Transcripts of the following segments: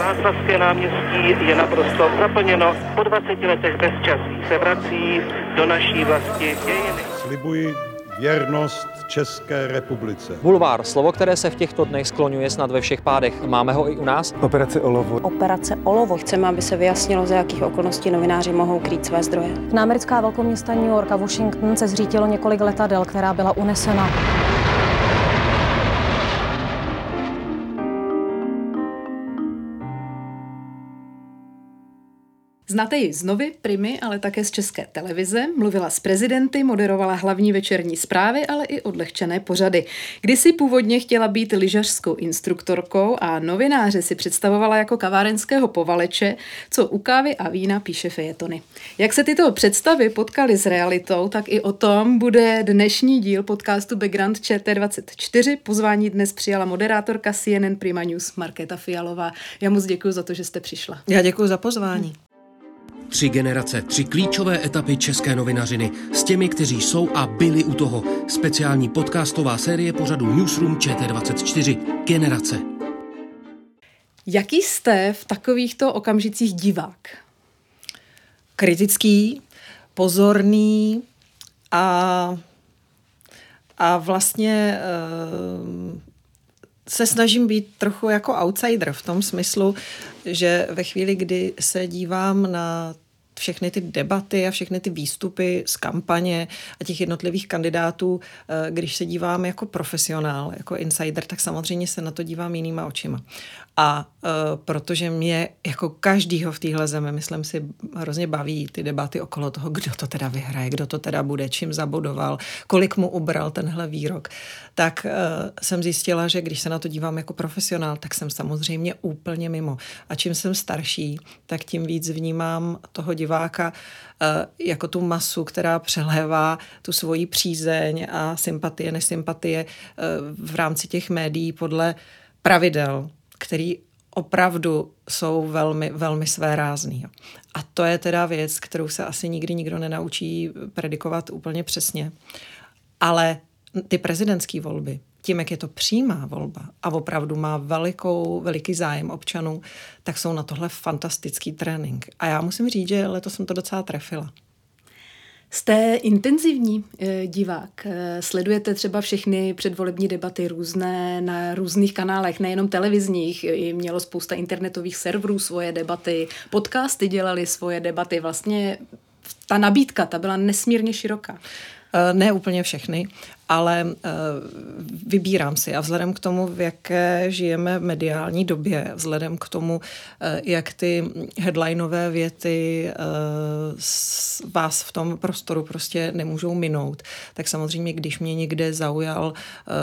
Václavské náměstí je naprosto zaplněno. Po 20 letech bezčasí se vrací do naší vlasti dějiny. Slibuji věrnost České republice. Bulvár, slovo, které se v těchto dnech skloňuje snad ve všech pádech. Máme ho i u nás? Operace Olovo. Operace Olovo. Chceme, aby se vyjasnilo, za jakých okolností novináři mohou krýt své zdroje. Na americká velkoměsta New York a Washington se zřítilo několik letadel, která byla unesena. Znáte ji z Novy, Primy, ale také z České televize. Mluvila s prezidenty, moderovala hlavní večerní zprávy, ale i odlehčené pořady. Kdysi původně chtěla být lyžařskou instruktorkou a novináře si představovala jako kavárenského povaleče, co u kávy a vína píše fejetony. Jak se tyto představy potkaly s realitou, tak i o tom bude dnešní díl podcastu Background ČT24. Pozvání dnes přijala moderátorka CNN Prima News Markéta Fialová. Já moc děkuji za to, že jste přišla. Já děkuji za pozvání. 3 generace, 3 klíčové etapy české novinařiny s těmi, kteří jsou a byli u toho. Speciální podcastová série pořadu Newsroom ČT24. Generace. Jaký jste v takovýchto okamžicích divák? Kritický, pozorný a vlastně se snažím být trochu jako outsider v tom smyslu, že ve chvíli, kdy se dívám na všechny ty debaty a všechny ty výstupy z kampaně a těch jednotlivých kandidátů, když se dívám jako profesionál, jako insider, tak samozřejmě se na to dívám jinýma očima. A protože mě jako každýho v téhle zemi, myslím si, hrozně baví ty debaty okolo toho, kdo to teda vyhraje, kdo to teda bude, čím zabodoval, kolik mu ubral tenhle výrok, tak jsem zjistila, že když se na to dívám jako profesionál, tak jsem samozřejmě úplně mimo. A čím jsem starší, tak tím víc vnímám toho diváka jako tu masu, která přelévá tu svoji přízeň a sympatie, nesympatie v rámci těch médií podle pravidel, který opravdu jsou velmi, velmi svérázný. A to je teda věc, kterou se asi nikdy nikdo nenaučí predikovat úplně přesně. Ale ty prezidentské volby, tím, jak je to přímá volba a opravdu má veliký zájem občanů, tak jsou na tohle fantastický trénink. A já musím říct, že letos jsem to docela trefila. Jste intenzivní divák. Sledujete třeba všechny předvolební debaty různé na různých kanálech, nejenom televizních. Mělo spousta internetových serverů svoje debaty, podcasty dělali svoje debaty. Vlastně ta nabídka, ta byla nesmírně široká. Ne úplně všechny, ale vybírám si a vzhledem k tomu, v jaké žijeme mediální době, vzhledem k tomu, jak ty headlineové věty vás v tom prostoru prostě nemůžou minout, tak samozřejmě, když mě někde zaujal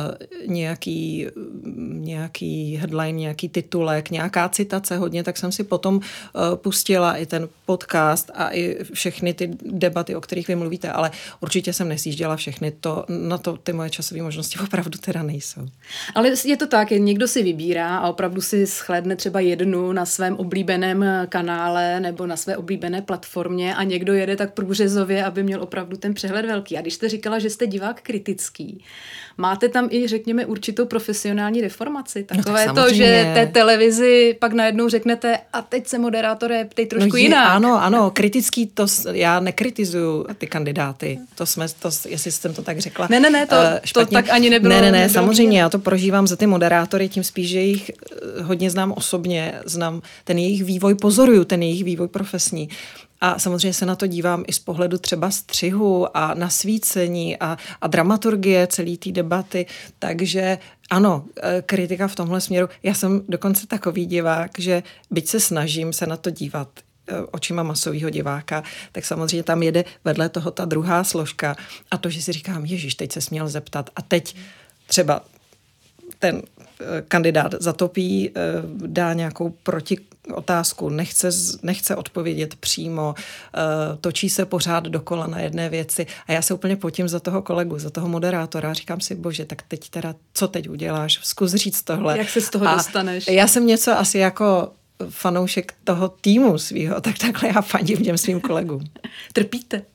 nějaký headline, nějaký titulek, nějaká citace hodně, tak jsem si potom pustila i ten podcast a i všechny ty debaty, o kterých vy mluvíte, ale určitě jsem nesjížděla všechny, na to ty moje časové možnosti opravdu teda nejsou. Ale je to tak, někdo si vybírá a opravdu si shlédne třeba jednu na svém oblíbeném kanále nebo na své oblíbené platformě a někdo jede tak průřezově, aby měl opravdu ten přehled velký. A když jste říkala, že jste divák kritický, máte tam i, řekněme, určitou profesionální deformaci? Takové no, to, že té televizi pak najednou řeknete a teď se moderátore ptej trošku jinak. Ano, kritický, to já nekritizuju ty kandidáty. Jestli jsem to tak řekla. Ne, to tak ani nebylo. Ne, samozřejmě, já to prožívám za ty moderátory, tím spíš, že jich hodně znám osobně, znám ten jejich vývoj, pozoruju ten jejich vývoj profesní. A samozřejmě se na to dívám i z pohledu třeba střihu a nasvícení a dramaturgie celé té debaty. Takže ano, kritika v tomhle směru. Já jsem dokonce takový divák, že byť se snažím se na to dívat očima masového diváka, tak samozřejmě tam jede vedle toho ta druhá složka a to, že si říkám, ježiš, teď se směl zeptat a teď třeba ten kandidát zatopí, dá nějakou protiotázku, nechce odpovědět přímo, točí se pořád dokola na jedné věci a já se úplně potím za toho kolegu, za toho moderátora a říkám si, bože, tak teď teda, co teď uděláš? Zkus říct tohle. Jak se z toho dostaneš? Já jsem něco asi jako fanoušek toho týmu svýho, tak takhle já fandím těm svým kolegům. Trpíte?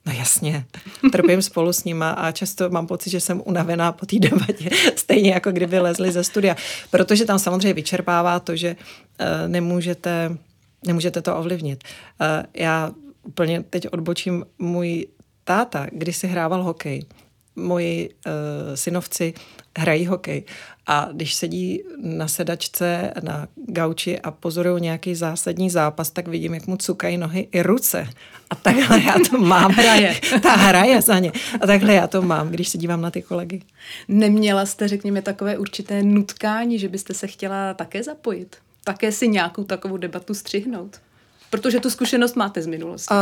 No jasně, trpím spolu s nima a často mám pocit, že jsem unavená po té debatě, stejně jako kdyby lezli ze studia. Protože tam samozřejmě vyčerpává to, že nemůžete to ovlivnit. Já úplně teď odbočím, můj táta, když si hrával hokej, moji synovci hrají hokej a když sedí na sedačce, na gauči a pozorují nějaký zásadní zápas, tak vidím, jak mu cukají nohy i ruce. A takhle já to mám. hraje za ně. A takhle já to mám, když se dívám na ty kolegy. Neměla jste, řekněme, takové určité nutkání, že byste se chtěla také zapojit? Také si nějakou takovou debatu střihnout? Protože tu zkušenost máte z minulosti.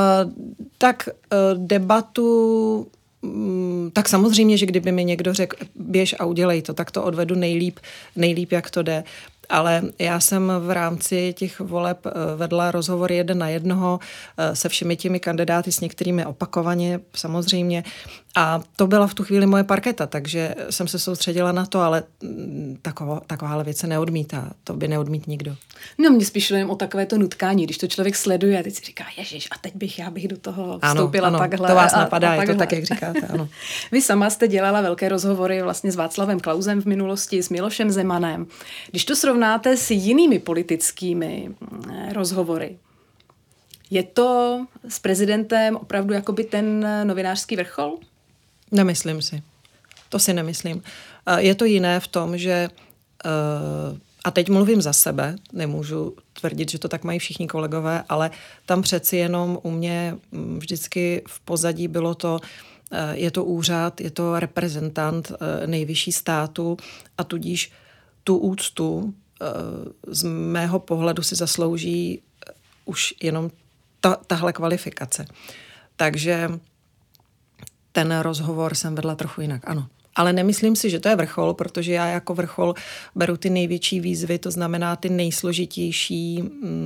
Debatu... Tak samozřejmě, že kdyby mi někdo řekl, běž a udělej to, tak to odvedu nejlíp, jak to jde. Ale já jsem v rámci těch voleb vedla rozhovor 1 na 1 se všemi těmi kandidáty, s některými opakovaně samozřejmě. A to byla v tu chvíli moje parketa, takže jsem se soustředila na to, ale takováhle věc se neodmítá. To by neodmít nikdo. No, mě spíš jen o takové to nutkání, když to člověk sleduje a teď si říká, ježiš, a teď já bych do toho vstoupila ano, takhle. To vás napadá, je to tak, jak říkáte, ano. Vy sama jste dělala velké rozhovory vlastně s Václavem Klausem v minulosti, s Milošem Zemanem. Když to srovnáte s jinými politickými rozhovory, je to s prezidentem opravdu jakoby ten novinářský vrchol? Nemyslím si. To si nemyslím. Je to jiné v tom, že a teď mluvím za sebe, nemůžu tvrdit, že to tak mají všichni kolegové, ale tam přeci jenom u mě vždycky v pozadí bylo to, je to úřad, je to reprezentant nejvyšší státu a tudíž tu úctu z mého pohledu si zaslouží už jenom tahle kvalifikace. Takže ten rozhovor jsem vedla trochu jinak, ano. Ale nemyslím si, že to je vrchol, protože já jako vrchol beru ty největší výzvy, to znamená ty nejsložitější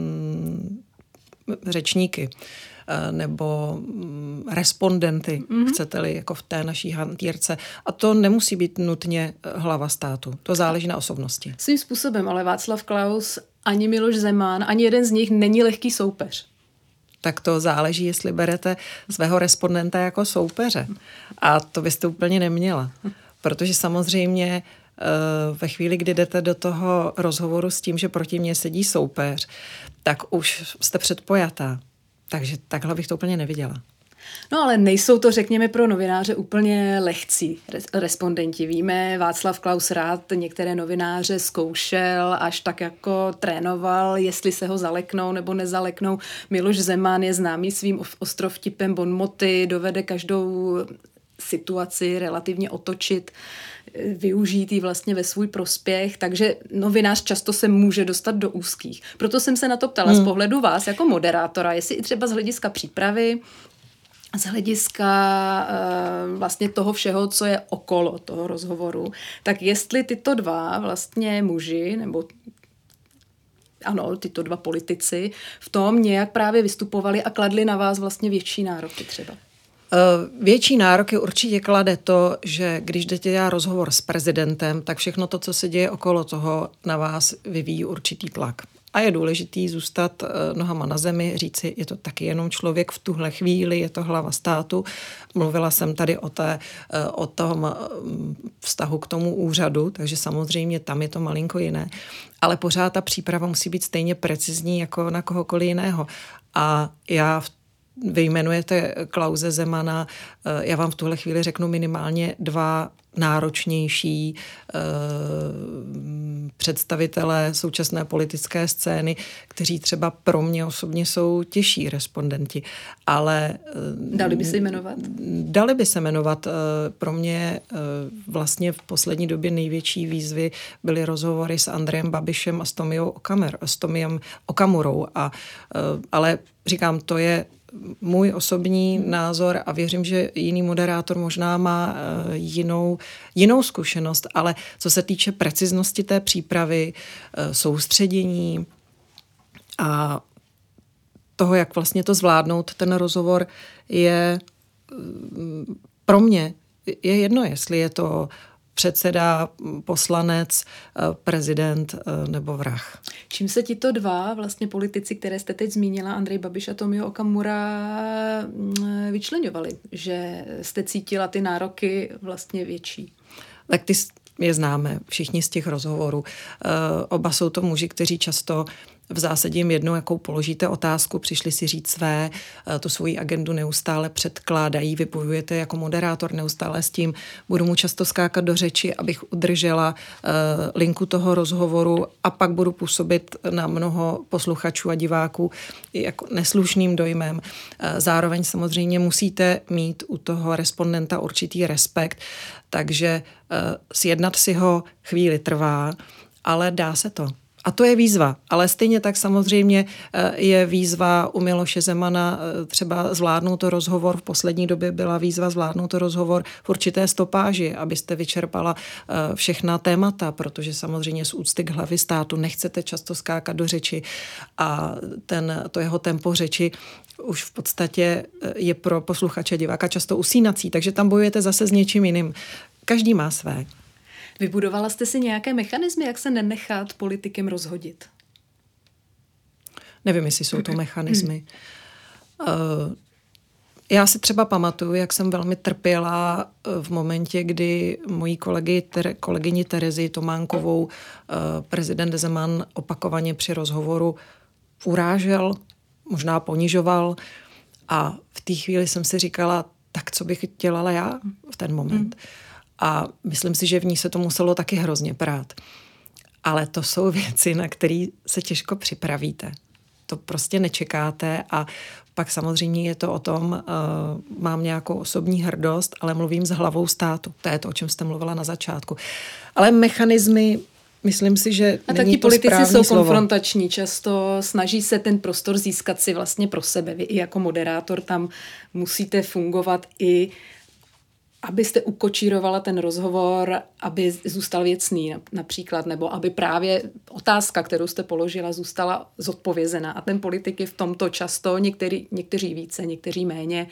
řečníky nebo respondenty, chcete-li, jako v té naší hantýrce. A to nemusí být nutně hlava státu. To záleží na osobnosti. Svým způsobem, ale Václav Klaus, ani Miloš Zeman, ani jeden z nich není lehký soupeř. Tak to záleží, jestli berete svého respondenta jako soupeře. A to byste úplně neměla. Protože samozřejmě ve chvíli, kdy jdete do toho rozhovoru s tím, že proti mně sedí soupeř, tak už jste předpojatá. Takže takhle bych to úplně neviděla. No ale nejsou to, řekněme, pro novináře úplně lehcí respondenti. Víme, Václav Klaus rád některé novináře zkoušel, až tak jako trénoval, jestli se ho zaleknou nebo nezaleknou. Miloš Zeman je známý svým ostrovtipem bonmoty, dovede každou situaci relativně otočit, využít ji vlastně ve svůj prospěch, takže novinář často se může dostat do úzkých. Proto jsem se na to ptala z pohledu vás jako moderátora, jestli i třeba z hlediska přípravy, z hlediska vlastně toho všeho, co je okolo toho rozhovoru, tak jestli tyto dva vlastně muži, nebo ano, tyto dva politici v tom nějak právě vystupovali a kladli na vás vlastně větší nároky třeba. Větší nároky určitě klade to, že když jdete dělat rozhovor s prezidentem, tak všechno to, co se děje okolo toho, na vás vyvíjí určitý tlak. A je důležitý zůstat nohama na zemi, říci, je to taky jenom člověk v tuhle chvíli, je to hlava státu. Mluvila jsem tady o tom vztahu k tomu úřadu, takže samozřejmě tam je to malinko jiné. Ale pořád ta příprava musí být stejně precizní jako na kohokoliv jiného. A vy jmenujete Klause, Zemana, já vám v tuhle chvíli řeknu minimálně 2 náročnější představitelé současné politické scény, kteří třeba pro mě osobně jsou těžší respondenti. Ale dali by se jmenovat? Dali by se jmenovat. Pro mě vlastně v poslední době největší výzvy byly rozhovory s Andrejem Babišem a s Tomiem Okamurou. Ale říkám, to je můj osobní názor a věřím, že jiný moderátor možná má jinou zkušenost, ale co se týče preciznosti té přípravy, soustředění a toho, jak vlastně to zvládnout, ten rozhovor je pro mě je jedno, jestli je to předseda, poslanec, prezident nebo vrah. Čím se tito dva vlastně politici, které jste teď zmínila, Andrej Babiš a Tomio Okamura, vyčleňovali? Že jste cítila ty nároky vlastně větší? Tak ty je známe všichni z těch rozhovorů. Oba jsou to muži, kteří často v zásadě jim jednou, jakou položíte otázku, přišli si říct své, tu svoji agendu neustále předkládají, vy bojujete jako moderátor neustále s tím, budu mu často skákat do řeči, abych udržela linku toho rozhovoru a pak budu působit na mnoho posluchačů a diváků jako neslušným dojmem. Zároveň samozřejmě musíte mít u toho respondenta určitý respekt, takže sjednat si ho chvíli trvá, ale dá se to. A to je výzva, ale stejně tak samozřejmě je výzva u Miloše Zemana třeba zvládnout to rozhovor. V poslední době byla výzva zvládnout to rozhovor v určité stopáži, abyste vyčerpala všechna témata, protože samozřejmě z úcty k hlavy státu nechcete často skákat do řeči a to jeho tempo řeči už v podstatě je pro posluchače diváka často usínací, takže tam bojujete zase s něčím jiným. Každý má své. Vybudovala jste si nějaké mechanismy, jak se nenechat politikem rozhodit? Nevím, jestli jsou to mechanismy. Já si třeba pamatuju, jak jsem velmi trpěla v momentě, kdy mojí kolegyni Terezi Tománkovou prezident Zeman opakovaně při rozhovoru urážel, možná ponižoval a v té chvíli jsem si říkala, tak co bych dělala já v ten moment. A myslím si, že v ní se to muselo taky hrozně prát. Ale to jsou věci, na které se těžko připravíte. To prostě nečekáte a pak samozřejmě je to o tom, mám nějakou osobní hrdost, ale mluvím s hlavou státu. To je to, o čem jste mluvila na začátku. Ale mechanismy, myslím si, že a není taky to politici jsou slovo. konfrontační, často snaží se ten prostor získat si vlastně pro sebe. Vy i jako moderátor tam musíte fungovat i abyste ukočírovala ten rozhovor, aby zůstal věcný například, nebo aby právě otázka, kterou jste položila, zůstala zodpovězená. A ten politik je v tomto často, někteří více, někteří méně,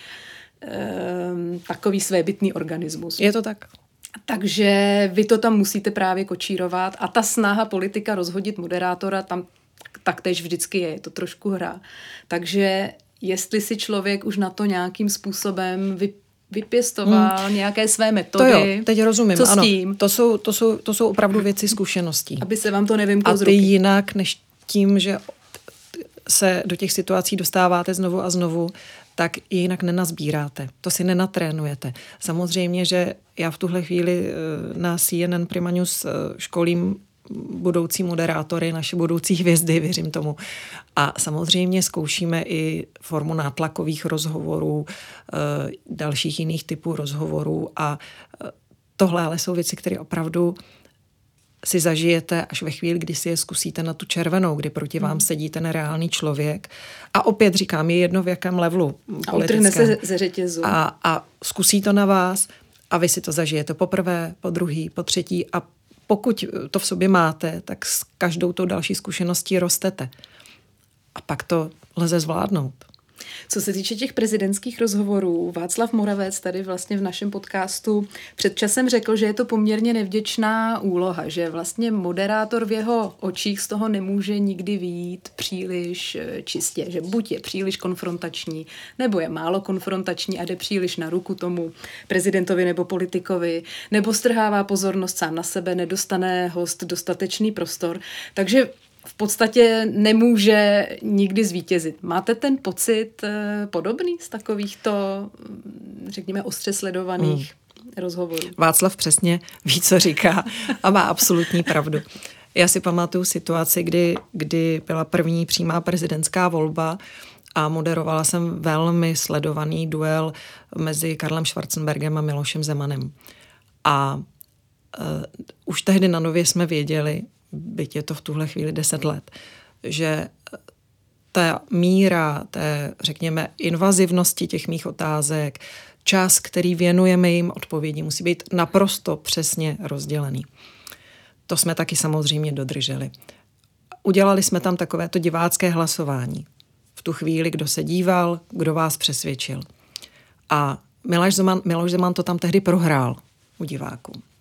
takový svébytný organismus. Je to tak. Takže vy to tam musíte právě kočírovat a ta snaha politika rozhodit moderátora tam taktéž vždycky je to trošku hra. Takže jestli si člověk už na to nějakým způsobem vypěstoval nějaké své metody. To jo, teď rozumím. Co ano, s tím? To jsou opravdu věci zkušeností. Aby se vám to nevymklo z ruky. A ty jinak, než tím, že se do těch situací dostáváte znovu a znovu, tak jinak nenazbíráte. To si nenatrénujete. Samozřejmě, že já v tuhle chvíli na CNN Prima News školím budoucí moderátory, naše budoucí hvězdy, věřím tomu. A samozřejmě zkoušíme i formu nátlakových rozhovorů, dalších jiných typů rozhovorů a tohle ale jsou věci, které opravdu si zažijete až ve chvíli, kdy si je zkusíte na tu červenou, kdy proti vám sedí ten reálný člověk. A opět říkám, je jedno v jakém levelu politickém. A utrhne se ze řetězu. A zkusí to na vás a vy si to zažijete poprvé, po druhý, po třetí a pokud to v sobě máte, tak s každou tou další zkušeností rostete. A pak to lze zvládnout. Co se týče těch prezidentských rozhovorů, Václav Moravec tady vlastně v našem podcastu před časem řekl, že je to poměrně nevděčná úloha, že vlastně moderátor v jeho očích z toho nemůže nikdy vyjít příliš čistě, že buď je příliš konfrontační, nebo je málo konfrontační a jde příliš na ruku tomu prezidentovi nebo politikovi, nebo strhává pozornost sám na sebe, nedostane host dostatečný prostor. Takže v podstatě nemůže nikdy zvítězit. Máte ten pocit podobný z takovýchto, řekněme, ostře sledovaných rozhovorů? Václav přesně ví, co říká a má absolutní pravdu. Já si pamatuju situaci, kdy byla první přímá prezidentská volba a moderovala jsem velmi sledovaný duel mezi Karlem Schwarzenbergem a Milošem Zemanem. A už tehdy na Nově jsme věděli, byť je to v tuhle chvíli 10 let, že ta míra té, řekněme, invazivnosti těch mých otázek, čas, který věnujeme jim odpovědi, musí být naprosto přesně rozdělený. To jsme taky samozřejmě dodrželi. Udělali jsme tam takovéto divácké hlasování. V tu chvíli, kdo se díval, kdo vás přesvědčil. A Miloš Zeman to tam tehdy prohrál u diváků.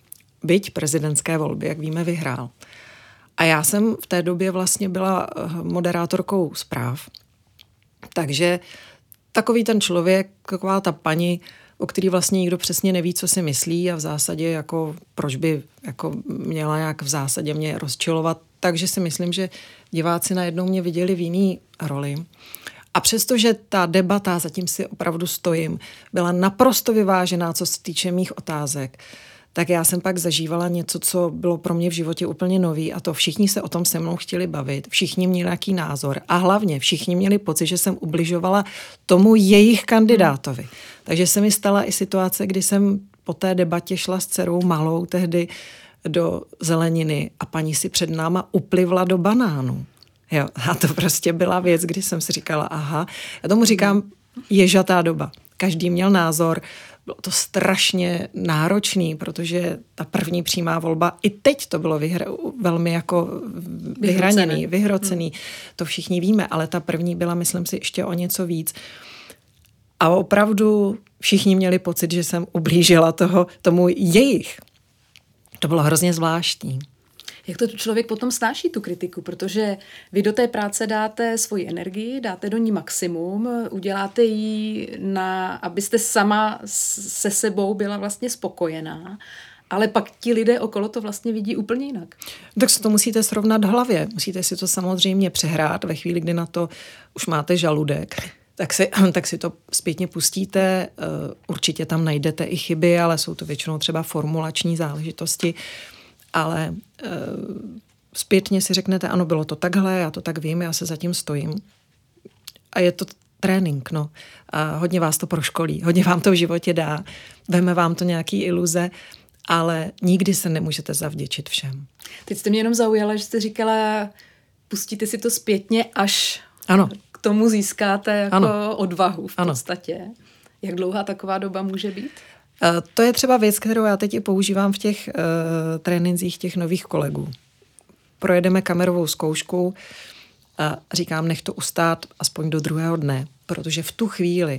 byť prezidentské volby, jak víme, vyhrál. A já jsem v té době vlastně byla moderátorkou zpráv. Takže takový ten člověk, taková ta paní, o který vlastně nikdo přesně neví, co si myslí a v zásadě jako proč by jako měla jak v zásadě mě rozčilovat. Takže si myslím, že diváci najednou mě viděli v jiný roli. A přestože ta debata, zatím si opravdu stojím, byla naprosto vyvážená, co se týče mých otázek, tak já jsem pak zažívala něco, co bylo pro mě v životě úplně nový a to všichni se o tom se mnou chtěli bavit, všichni měli nějaký názor a hlavně všichni měli pocit, že jsem ubližovala tomu jejich kandidátovi. Takže se mi stala i situace, kdy jsem po té debatě šla s dcerou malou tehdy do zeleniny a paní si před náma uplivla do banánu. Jo, a to prostě byla věc, kdy jsem si říkala, aha, já tomu říkám ježatá doba. Každý měl názor, bylo to strašně náročný, protože ta první přímá volba, i teď to bylo velmi jako vyhrocený, to všichni víme, ale ta první byla, myslím si, ještě o něco víc. A opravdu všichni měli pocit, že jsem ublížila tomu jejich. To bylo hrozně zvláštní. Jak to člověk potom snáší tu kritiku, protože vy do té práce dáte svoji energii, dáte do ní maximum, uděláte ji abyste sama se sebou byla vlastně spokojená, ale pak ti lidé okolo to vlastně vidí úplně jinak. Tak si to musíte srovnat v hlavě, musíte si to samozřejmě přehrát ve chvíli, kdy na to už máte žaludek. Tak si to zpětně pustíte, určitě tam najdete i chyby, ale jsou to většinou třeba formulační záležitosti, ale zpětně si řeknete, ano, bylo to takhle, já to tak vím, já se zatím stojím. A je to trénink, no. A hodně vás to proškolí, hodně vám to v životě dá, veme vám to nějaký iluze, ale nikdy se nemůžete zavděčit všem. Teď jste mě jenom zaujala, že jste říkala, pustíte si to zpětně, až ano. K tomu získáte jako ano. odvahu v podstatě. Jak dlouhá taková doba může být? To je třeba věc, kterou já teď i používám v těch trénincích těch nových kolegů. Projedeme kamerovou zkoušku a říkám, nech to ustát aspoň do druhého dne, protože v tu chvíli,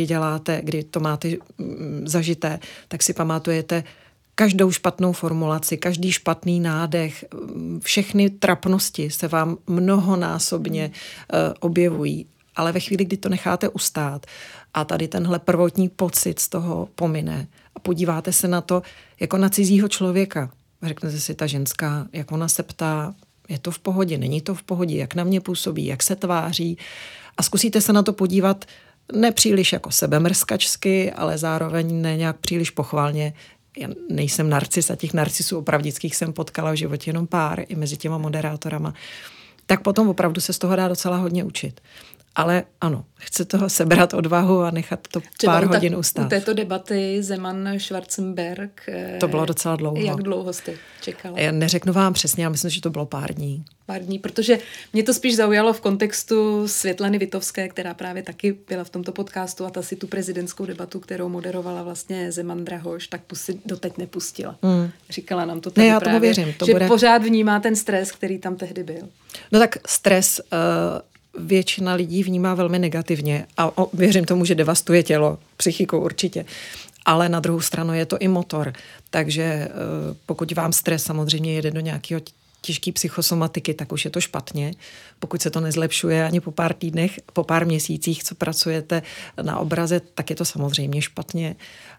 kdy to máte zažité, tak si pamatujete každou špatnou formulaci, každý špatný nádech, všechny trapnosti se vám mnohonásobně objevují. Ale ve chvíli, kdy to necháte ustát a tady tenhle prvotní pocit z toho pomine a podíváte se na to jako na cizího člověka. Řeknete si, ta ženská, jak ona se ptá, je to v pohodě, není to v pohodě, jak na mě působí, jak se tváří a zkusíte se na to podívat nepříliš jako sebemrskačsky, ale zároveň ne nějak příliš pochvalně. Já nejsem narcis a těch narcisů opravdických jsem potkala v životě jenom pár i mezi těma moderátorama. Tak potom opravdu se z toho dá docela hodně učit. Ale ano, chce toho sebrat odvahu a nechat to pár hodin ustát. U této debaty Zeman-Schwarzenberg... To bylo docela dlouho. Jak dlouho jste čekala? Já neřeknu vám přesně, já myslím, že to bylo pár dní. Pár dní, protože mě to spíš zaujalo v kontextu Světlany Vitovské, která právě taky byla v tomto podcastu a ta si tu prezidentskou debatu, kterou moderovala vlastně Zeman Drahoš, tak doteď nepustila. Říkala nám to tady já právě, tomu věřím, že pořád vnímá ten stres, který tam tehdy byl. No tak stres... většina lidí vnímá velmi negativně a věřím tomu, že devastuje tělo, psychiku určitě. Ale na druhou stranu je to i motor. Takže pokud vám stres samozřejmě jede do nějakého těžké psychosomatiky, tak už je to špatně. Pokud se to nezlepšuje ani po pár týdnech, po pár měsících, co pracujete na obraze, tak je to samozřejmě špatně.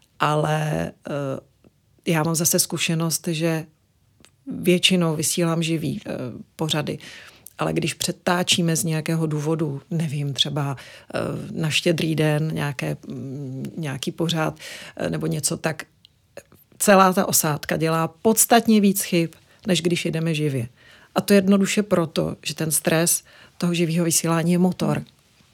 Ale já mám zase zkušenost, že většinou vysílám živý pořady. Ale když přetáčíme z nějakého důvodu, nevím, třeba na Štědrý den nějaký pořád nebo něco, tak celá ta osádka dělá podstatně víc chyb, než když jedeme živě. A to jednoduše proto, že ten stres toho živého vysílání je motor.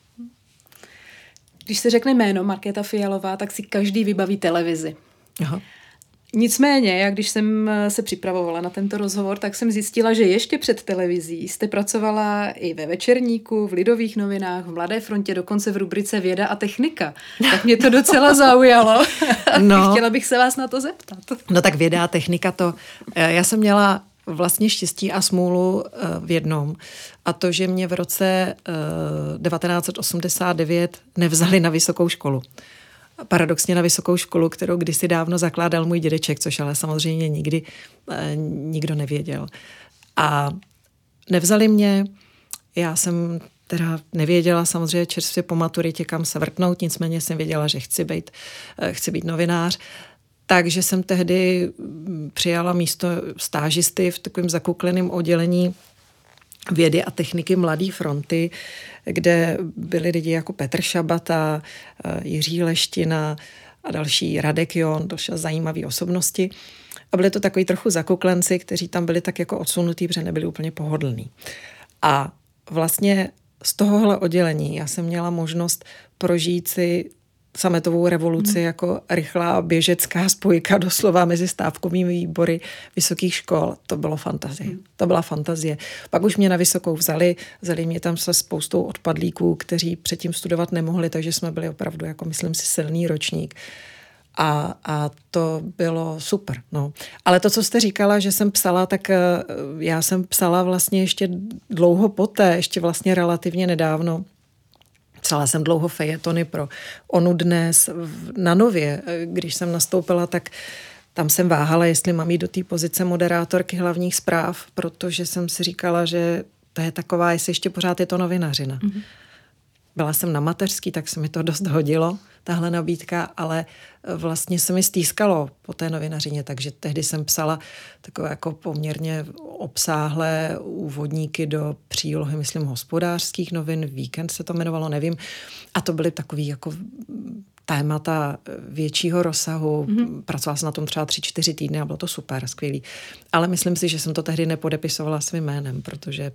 Když se řekne jméno Markéta Fialová, tak si každý vybaví televizi. Aha. Nicméně, jak když jsem se připravovala na tento rozhovor, tak jsem zjistila, že ještě před televizí jste pracovala i ve Večerníku, v Lidových novinách, v Mladé frontě, dokonce v rubrice Věda a technika. Tak mě to docela zaujalo. No. Chtěla bych se vás na to zeptat. No tak Věda a technika to... Já jsem měla vlastně štěstí a smůlu v jednom. A to, že mě v roce 1989 nevzali na vysokou školu. paradoxně na vysokou školu, kterou kdysi dávno zakládal můj dědeček, což ale samozřejmě nikdy nikdo nevěděl. A nevzali mě, já jsem teda nevěděla samozřejmě čerstvě po maturitě, kam se vrtnout, nicméně jsem věděla, že chci být novinář. Takže jsem tehdy přijala místo stážisty v takovém zakukleném oddělení vědy a techniky Mladé fronty, kde byli lidi jako Petr Šabata, Jiří Leština a další, Radek Jon, další zajímavé osobnosti. A byli to takový trochu zakuklenci, kteří tam byli tak jako odsunutí, protože nebyli úplně pohodlní. A vlastně z tohohle oddělení já jsem měla možnost prožít si sametovou revoluci jako rychlá běžecká spojka doslova mezi stávkovými výbory vysokých škol. To bylo fantazie. To byla fantazie. Pak už mě na vysokou vzali mě tam se spoustou odpadlíků, kteří předtím studovat nemohli, takže jsme byli opravdu, jako myslím si, silný ročník. A to bylo super. No. Ale to, co jste říkala, že jsem psala, tak já jsem psala vlastně ještě dlouho poté, ještě vlastně relativně nedávno. Psala jsem dlouho fejetony pro ONU dnes na Nově. Když jsem nastoupila, tak tam jsem váhala, jestli mám jít do té pozice moderátorky hlavních zpráv, protože jsem si říkala, že to je taková, jestli ještě pořád je to novinařina. Mm-hmm. Byla jsem na mateřský, tak se mi to dost hodilo, tahle nabídka, ale vlastně se mi stýskalo po té novinařině, takže tehdy jsem psala takové jako poměrně obsáhlé úvodníky do přílohy, myslím, hospodářských novin, Víkend se to jmenovalo, nevím, a to byly takový jako témata většího rozsahu, pracovala jsem na tom třeba 3-4 týdny a bylo to super, skvělý. Ale myslím si, že jsem to tehdy nepodepisovala svým jménem, protože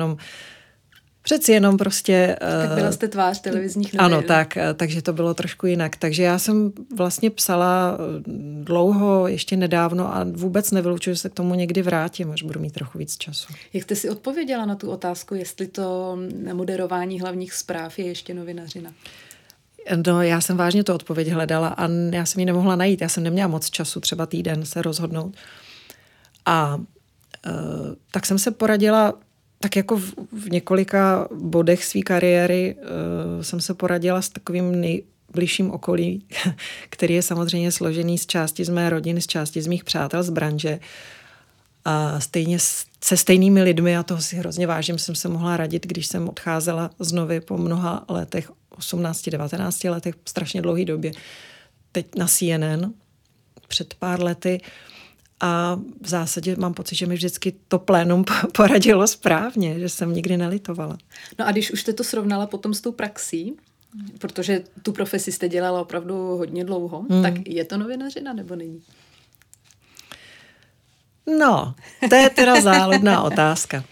přeci jenom prostě... Tak byla jste tvář televizních novin. Ano, takže to bylo trošku jinak. Takže já jsem vlastně psala dlouho, ještě nedávno a vůbec nevylučuji, že se k tomu někdy vrátím, až budu mít trochu víc času. Jak jste si odpověděla na tu otázku, jestli to moderování hlavních zpráv je ještě novinařina? No, já jsem vážně tu odpověď hledala a já jsem ji nemohla najít. Já jsem neměla moc času, třeba týden se rozhodnout. A tak jsem se poradila, tak jako v několika bodech své kariéry jsem se poradila s takovým nejbližším okolí, který je samozřejmě složený z části z mé rodiny, z části z mých přátel z branže. A stejně se stejnými lidmi, a toho si hrozně vážím, jsem se mohla radit, když jsem odcházela z Novy po mnoha letech, 18-19 letech, strašně dlouhý době, teď na CNN před pár lety. A v zásadě mám pocit, že mi vždycky to plénum poradilo správně, že jsem nikdy nelitovala. No a když už jste to srovnala potom s tou praxí, protože tu profesi jste dělala opravdu hodně dlouho, tak je to novinařina nebo není? No, to je teda záludná otázka.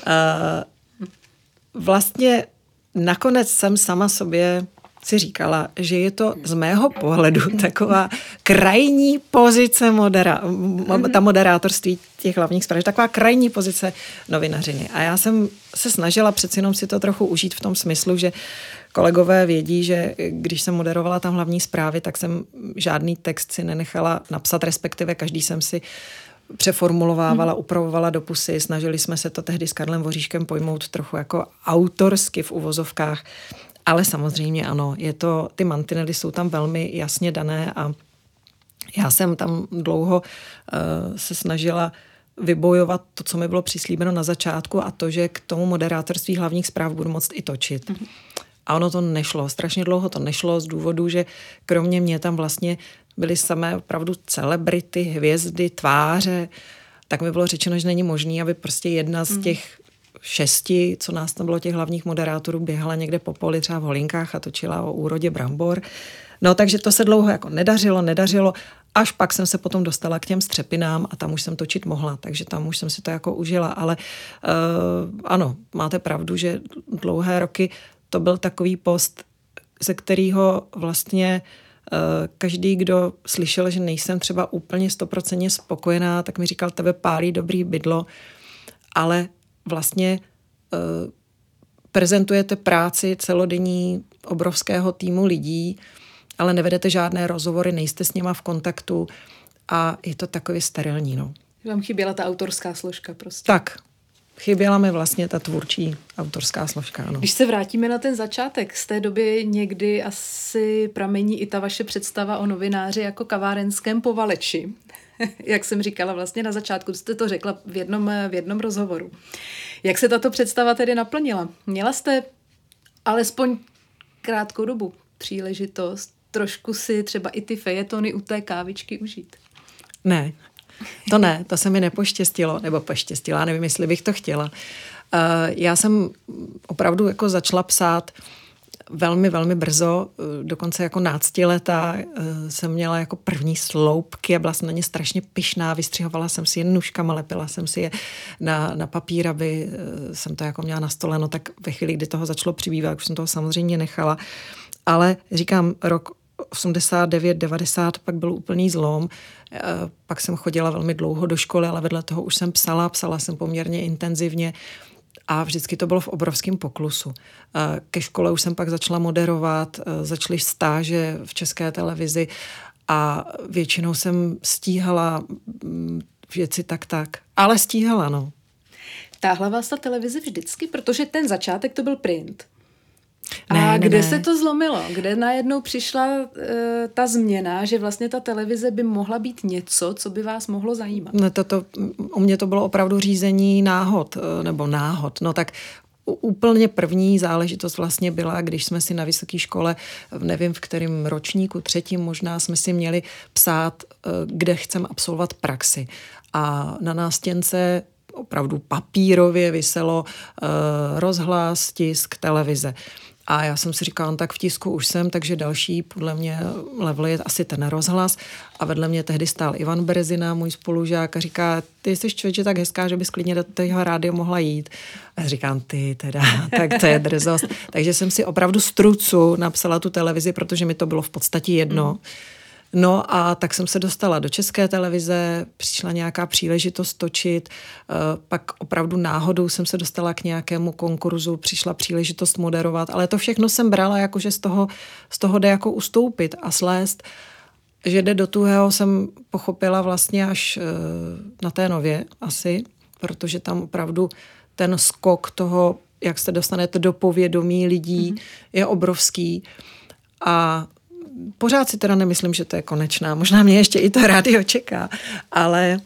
Vlastně nakonec jsem sama sobě si říkala, že je to z mého pohledu taková krajní pozice ta moderátorství těch hlavních zpráv, taková krajní pozice novinařiny. A já jsem se snažila přeci jenom si to trochu užít v tom smyslu, že kolegové vědí, že když jsem moderovala tam hlavní zprávy, tak jsem žádný text si nenechala napsat, respektive každý jsem si přeformulovávala, upravovala do pusy, snažili jsme se to tehdy s Karlem Voříškem pojmout trochu jako autorsky v uvozovkách. Ale samozřejmě ano, ty mantinely jsou tam velmi jasně dané a já jsem tam dlouho se snažila vybojovat to, co mi bylo přislíbeno na začátku a to, že k tomu moderátorství hlavních zpráv budu moct i točit. A ono to nešlo, strašně dlouho to nešlo z důvodu, že kromě mě tam vlastně byly samé opravdu celebrity, hvězdy, tváře, tak mi bylo řečeno, že není možný, aby prostě jedna z těch 6, co nás tam bylo těch hlavních moderátorů, běhala někde po poli třeba v Holinkách a točila o úrodě brambor. No takže to se dlouho jako nedařilo, až pak jsem se potom dostala k těm Střepinám a tam už jsem točit mohla, takže tam už jsem si to jako užila, ale ano, máte pravdu, že dlouhé roky to byl takový post, ze kterého vlastně každý, kdo slyšel, že nejsem třeba úplně 100% spokojená, tak mi říkal, tebe pálí dobrý bydlo, ale vlastně prezentujete práci celodenní obrovského týmu lidí, ale nevedete žádné rozhovory, nejste s nima v kontaktu a je to takový sterilní. No. Vám chyběla ta autorská složka prostě. Tak, chyběla mi vlastně ta tvůrčí autorská složka. Ano. Když se vrátíme na ten začátek, z té doby někdy asi pramení i ta vaše představa o novináři jako kavárenském povaleči. Jak jsem říkala vlastně na začátku, jste to řekla v jednom rozhovoru. Jak se tato představa tedy naplnila? Měla jste alespoň krátkou dobu příležitost trošku si třeba i ty fejetony u té kávičky užít? Ne, to se mi nepoštěstilo, nebo poštěstila, nevím, jestli bych to chtěla. Já jsem opravdu jako začala psát velmi, velmi brzo, dokonce jako 12letá jsem měla jako první sloupky a byla jsem na ně strašně pyšná, vystřihovala jsem si je nůžkama, lepila jsem si je na papír, aby jsem to jako měla na stole, no tak ve chvíli, kdy toho začalo přibývat, už jsem toho samozřejmě nechala, ale říkám, rok 89, 90, pak byl úplný zlom, pak jsem chodila velmi dlouho do školy, ale vedle toho už jsem psala jsem poměrně intenzivně a vždycky to bylo v obrovském poklusu. Ke škole už jsem pak začala moderovat, začaly stáže v České televizi a většinou jsem stíhala věci tak, ale stíhala, no. Táhla vás ta televize vždycky, protože ten začátek to byl print. A kde se to zlomilo? Kde najednou přišla ta změna, že vlastně ta televize by mohla být něco, co by vás mohlo zajímat? No u mě to bylo opravdu řízení náhod. No tak úplně první záležitost vlastně byla, když jsme si na vysoké škole, nevím v kterém ročníku, 3. možná, jsme si měli psát, kde chceme absolvovat praxi. A na nástěnce opravdu papírově viselo rozhlas, tisk, televize. A já jsem si říkala, tak v tisku už jsem, takže další podle mě level je asi ten rozhlas. A vedle mě tehdy stál Ivan Berezina, můj spolužák, a říká, ty jsi člověče tak hezká, že bys klidně do toho rádia mohla jít. A já říkám, ty teda, tak to je drzost. Takže jsem si opravdu z trucu napsala tu televizi, protože mi to bylo v podstatě jedno. No a tak jsem se dostala do České televize, přišla nějaká příležitost točit, pak opravdu náhodou jsem se dostala k nějakému konkurzu, přišla příležitost moderovat, ale to všechno jsem brala, jakože z toho jde jako ustoupit a slést. Že jde do tuhého jsem pochopila vlastně až na té Nově asi, protože tam opravdu ten skok toho, jak se dostanete do povědomí lidí, je obrovský a pořád si teda nemyslím, že to je konečná. Možná mě ještě i to rádio čeká, ale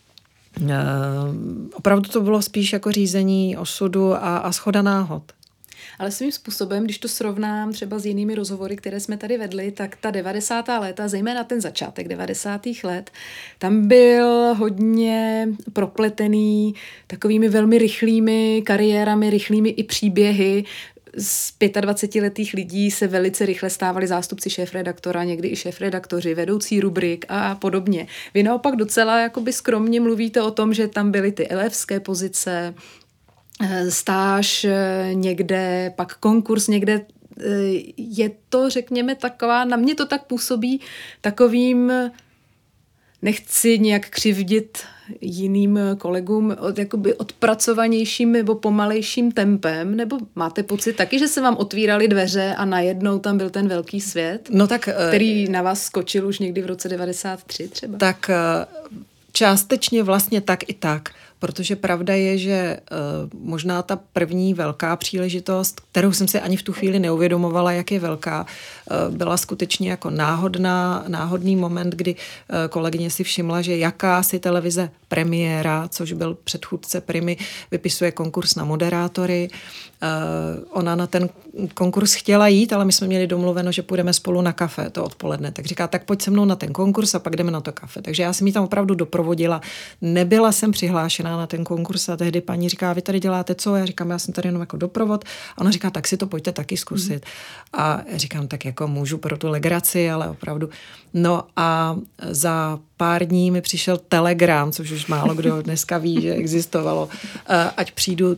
opravdu to bylo spíš jako řízení osudu a shoda náhod. Ale svým způsobem, když to srovnám třeba s jinými rozhovory, které jsme tady vedli, tak ta 90. léta, zejména ten začátek 90. let, tam byl hodně propletený takovými velmi rychlými kariérami, rychlými i příběhy. Z 25letých lidí se velice rychle stávali zástupci šéfredaktora, někdy i šéfredaktoři, vedoucí rubrik a podobně. Vy naopak docela jakoby skromně mluvíte o tom, že tam byly ty elefské pozice, stáž někde, pak konkurs někde. Je to, řekněme, taková, na mě to tak působí takovým, nechci nějak křivdit jiným kolegům, jakoby odpracovanějším nebo pomalejším tempem, nebo máte pocit taky, že se vám otvíraly dveře a najednou tam byl ten velký svět, který na vás skočil už někdy v roce 93 třeba? Tak částečně vlastně tak i tak, protože pravda je, že možná ta první velká příležitost, kterou jsem si ani v tu chvíli neuvědomovala, jak je velká, byla skutečně jako náhodný moment, kdy kolegyně si všimla, že jakási televize Premiéra, což byl předchůdce Primy, vypisuje konkurs na moderátory. Ona na ten konkurs chtěla jít, ale my jsme měli domluveno, že půjdeme spolu na kafe to odpoledne. Tak říká, tak pojď se mnou na ten konkurs a pak jdeme na to kafe. Takže já jsem ji tam opravdu doprovodila. Nebyla jsem přihlášená na ten konkurs a tehdy paní říká, vy tady děláte co? Já říkám, já jsem tady jenom jako doprovod. A ona říká, tak si to pojďte taky zkusit. A říkám, tak jako můžu pro tu legraci, ale opravdu. No a za pár dní mi přišel telegram, což už málo kdo dneska ví, že existovalo, ať přijdu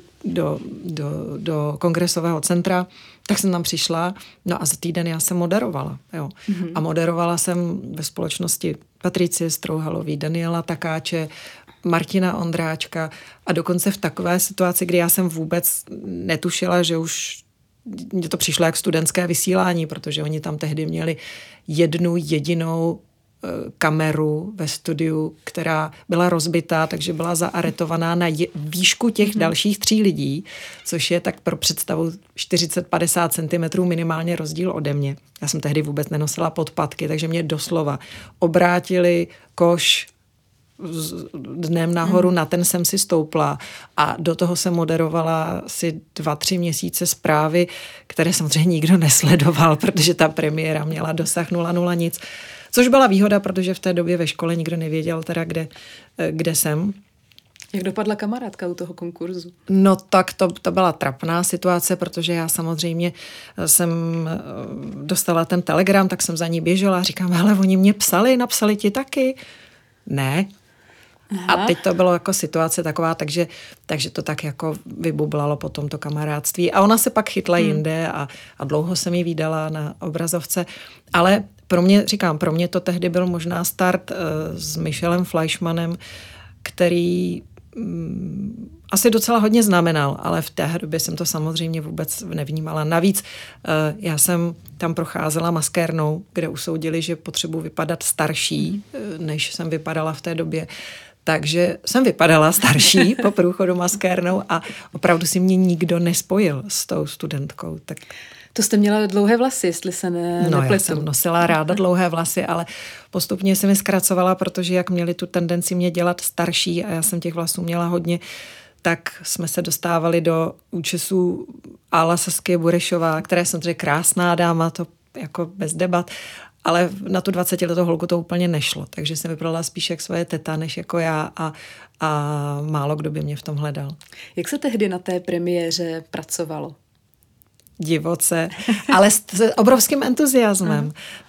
do kongresového centra, tak jsem tam přišla, no a za týden já jsem moderovala. Jo. A moderovala jsem ve společnosti Patricie Strouhalový, Daniela Takáče, Martina Ondráčka a dokonce v takové situaci, kdy já jsem vůbec netušila, že už mně to přišlo jak studentské vysílání, protože oni tam tehdy měli jednu jedinou kameru ve studiu, která byla rozbitá, takže byla zaaretovaná na výšku těch dalších 3 lidí, což je tak pro představu 40-50 cm minimálně rozdíl ode mě. Já jsem tehdy vůbec nenosila podpatky, takže mě doslova obrátili koš dnem nahoru, na ten jsem si stoupla a do toho jsem moderovala asi 2-3 měsíce zprávy, které samozřejmě nikdo nesledoval, protože ta premiéra měla dosah 0,0 nic. Což byla výhoda, protože v té době ve škole nikdo nevěděl teda, kde jsem. Jak dopadla kamarádka u toho konkurzu? No tak to byla trapná situace, protože já samozřejmě jsem dostala ten telegram, tak jsem za ní běžela a říkám, hele, oni mě napsali ti taky? Ne. Aha. A teď to bylo jako situace taková, takže to tak jako vybublalo potom to kamarádství. A ona se pak chytla jinde a dlouho jsem ji vídala na obrazovce. Ale pro mě to tehdy byl možná start s Michelem Fleischmannem, který asi docela hodně znamenal, ale v té době jsem to samozřejmě vůbec nevnímala. Navíc já jsem tam procházela maskérnou, kde usoudili, že potřebuji vypadat starší, než jsem vypadala v té době. Takže jsem vypadala starší po průchodu maskérnou a opravdu si mě nikdo nespojil s tou studentkou. Tak... To jste měla dlouhé vlasy, jestli se nepletu. Já jsem nosila ráda dlouhé vlasy, ale postupně se mi zkracovala, protože jak měli tu tendenci mě dělat starší a já jsem těch vlasů měla hodně, tak jsme se dostávali do účesů Ála Saskia Burešová, která je samozřejmě krásná dáma, to jako bez debat, ale na tu 20letou holku to úplně nešlo, takže jsem vypadala spíš jak svoje teta, než jako já a málo kdo by mě v tom hledal. Jak se tehdy na té premiéře pracovalo? Divoce, ale s obrovským entuziasmem.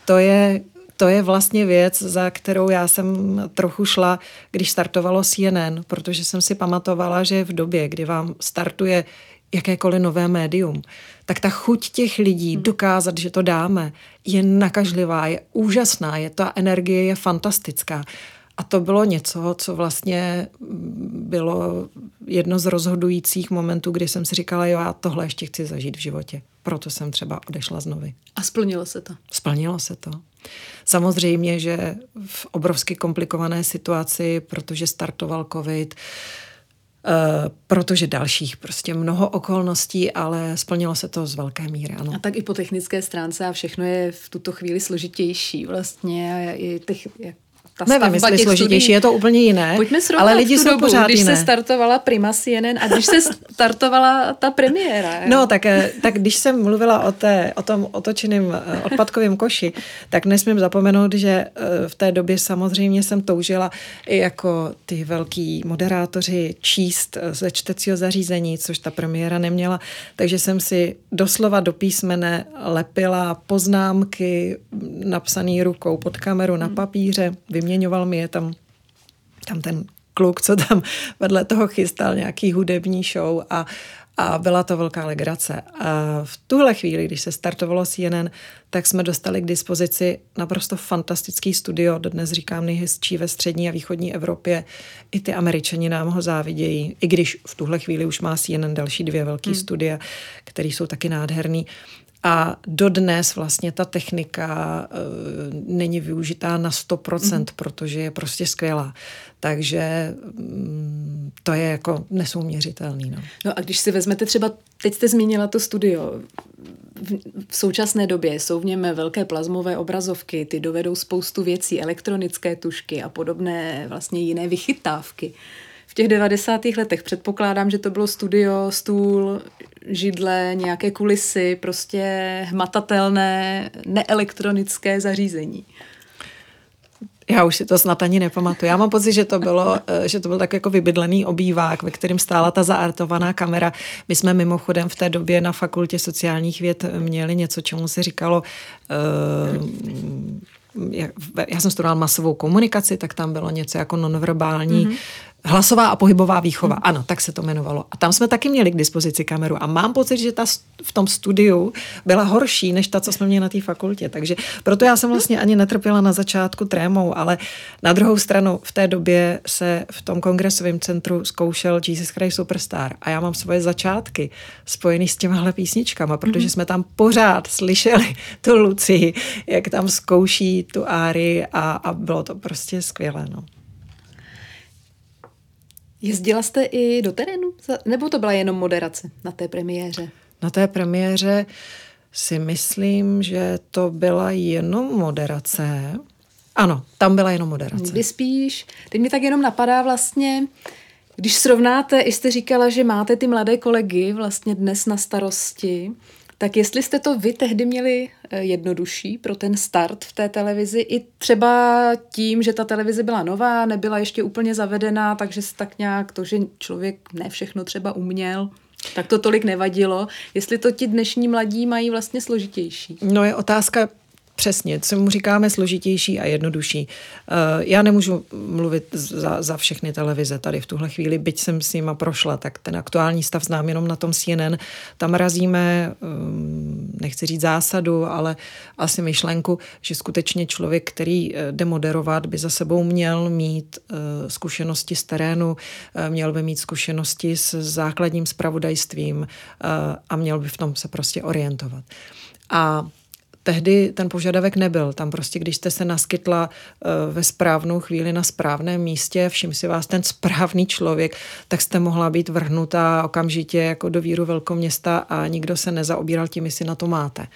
To je vlastně věc, za kterou já jsem trochu šla, když startovalo CNN, protože jsem si pamatovala, že v době, kdy vám startuje jakékoliv nové médium, tak ta chuť těch lidí dokázat, že to dáme, je nakažlivá, je úžasná, ta energie je fantastická. A to bylo něco, co vlastně bylo jedno z rozhodujících momentů, kdy jsem si říkala, jo, já tohle ještě chci zažít v životě. Proto jsem třeba odešla z Novy. A splnilo se to? Splnilo se to. Samozřejmě, že v obrovsky komplikované situaci, protože startoval covid, protože dalších prostě mnoho okolností, ale splnilo se to z velké míry, ano. A tak i po technické stránce a všechno je v tuto chvíli složitější vlastně. Nevím, jestli složitější, je to úplně jiné. Pojďme srovnat ale lidi jsou pořád když jiné. Se startovala Prima CNN a když se startovala ta premiéra. Jo? No, tak když jsem mluvila o tom otočeném odpadkovém koši, tak nesmím zapomenout, že v té době samozřejmě jsem toužila i jako ty velký moderátoři číst ze čtecího zařízení, což ta premiéra neměla, takže jsem si doslova do písmene lepila poznámky napsané rukou pod kameru na papíře, vyměňoval mi je tam ten kluk, co tam vedle toho chystal nějaký hudební show a byla to velká legrace. A v tuhle chvíli, když se startovalo CNN, tak jsme dostali k dispozici naprosto fantastický studio, dodnes říkám nejhezčí ve střední a východní Evropě. I ty Američani nám ho závidějí, i když v tuhle chvíli už má CNN další 2 velký studia, které jsou taky nádherný. A dodnes vlastně ta technika není využitá na 100%, protože je prostě skvělá. Takže to je jako nesouměřitelný. No a když si vezmete třeba, teď jste zmínila to studio, v současné době jsou v něm velké plazmové obrazovky, ty dovedou spoustu věcí, elektronické tušky a podobné vlastně jiné vychytávky. V těch 90. letech předpokládám, že to bylo studio, stůl, židle, nějaké kulisy, prostě hmatatelné, neelektronické zařízení. Já už si to snad ani nepamatuju. Já mám pocit, že to byl tak jako vybydlený obývák, ve kterém stála ta zaartovaná kamera. My jsme mimochodem v té době na fakultě sociálních věd měli něco, čemu se říkalo... Já jsem studovala masovou komunikaci, tak tam bylo něco jako nonverbální Hlasová a pohybová výchova, ano, tak se to jmenovalo. A tam jsme taky měli k dispozici kameru a mám pocit, že ta v tom studiu byla horší, než ta, co jsme měli na té fakultě. Takže proto já jsem vlastně ani netrpěla na začátku trémou, ale na druhou stranu v té době se v tom kongresovém centru zkoušel Jesus Christ Superstar a já mám svoje začátky spojený s těmahle písničkama, protože jsme tam pořád slyšeli tu Lucii, jak tam zkouší tu árii a bylo to prostě skvělé, no. Jezdila jste i do terénu? Nebo to byla jenom moderace na té premiéře? Na té premiéře si myslím, že to byla jenom moderace. Ano, tam byla jenom moderace. Někdy spíš. Teď mi tak jenom napadá vlastně, když srovnáte, jste říkala, že máte ty mladé kolegy vlastně dnes na starosti, tak jestli jste to vy tehdy měli jednodušší pro ten start v té televizi, i třeba tím, že ta televize byla nová, nebyla ještě úplně zavedená, takže se tak nějak to, že člověk ne všechno třeba uměl, tak to tolik nevadilo. Jestli to ti dnešní mladí mají vlastně složitější. No je otázka přesně, co mu říkáme složitější a jednodušší. Já nemůžu mluvit za všechny televize tady v tuhle chvíli, byť jsem s nima prošla, tak ten aktuální stav znám jenom na tom CNN. Tam razíme, nechci říct zásadu, ale asi myšlenku, že skutečně člověk, který jde moderovat, by za sebou měl mít zkušenosti z terénu, měl by mít zkušenosti s základním zpravodajstvím a měl by v tom se prostě orientovat. A tehdy ten požadavek nebyl. Tam prostě, když jste se naskytla ve správnou chvíli na správném místě, všim si vás ten správný člověk, tak jste mohla být vrhnutá okamžitě jako do víru velkoměsta a nikdo se nezaobíral tím, jestli na to máte.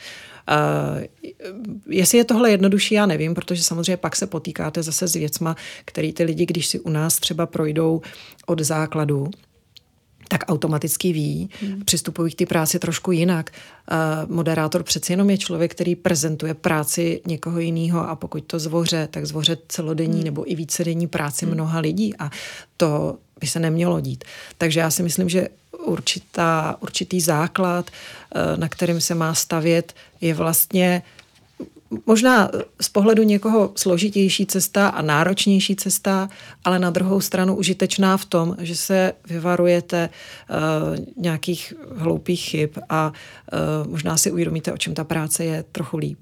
Jestli je tohle jednodušší, já nevím, protože samozřejmě pak se potýkáte zase s věcma, který ty lidi, když si u nás třeba projdou od základu, tak automaticky ví, přistupují k té práci trošku jinak. Moderátor přeci jenom je člověk, který prezentuje práci někoho jiného a pokud to zvoře, tak zvoře celodenní nebo i vícedenní práci mnoha lidí a to by se nemělo dít. Takže já si myslím, že určitý základ, na kterým se má stavět, je vlastně možná z pohledu někoho složitější cesta a náročnější cesta, ale na druhou stranu užitečná v tom, že se vyvarujete nějakých hloupých chyb a možná si uvědomíte, o čem ta práce je trochu líp.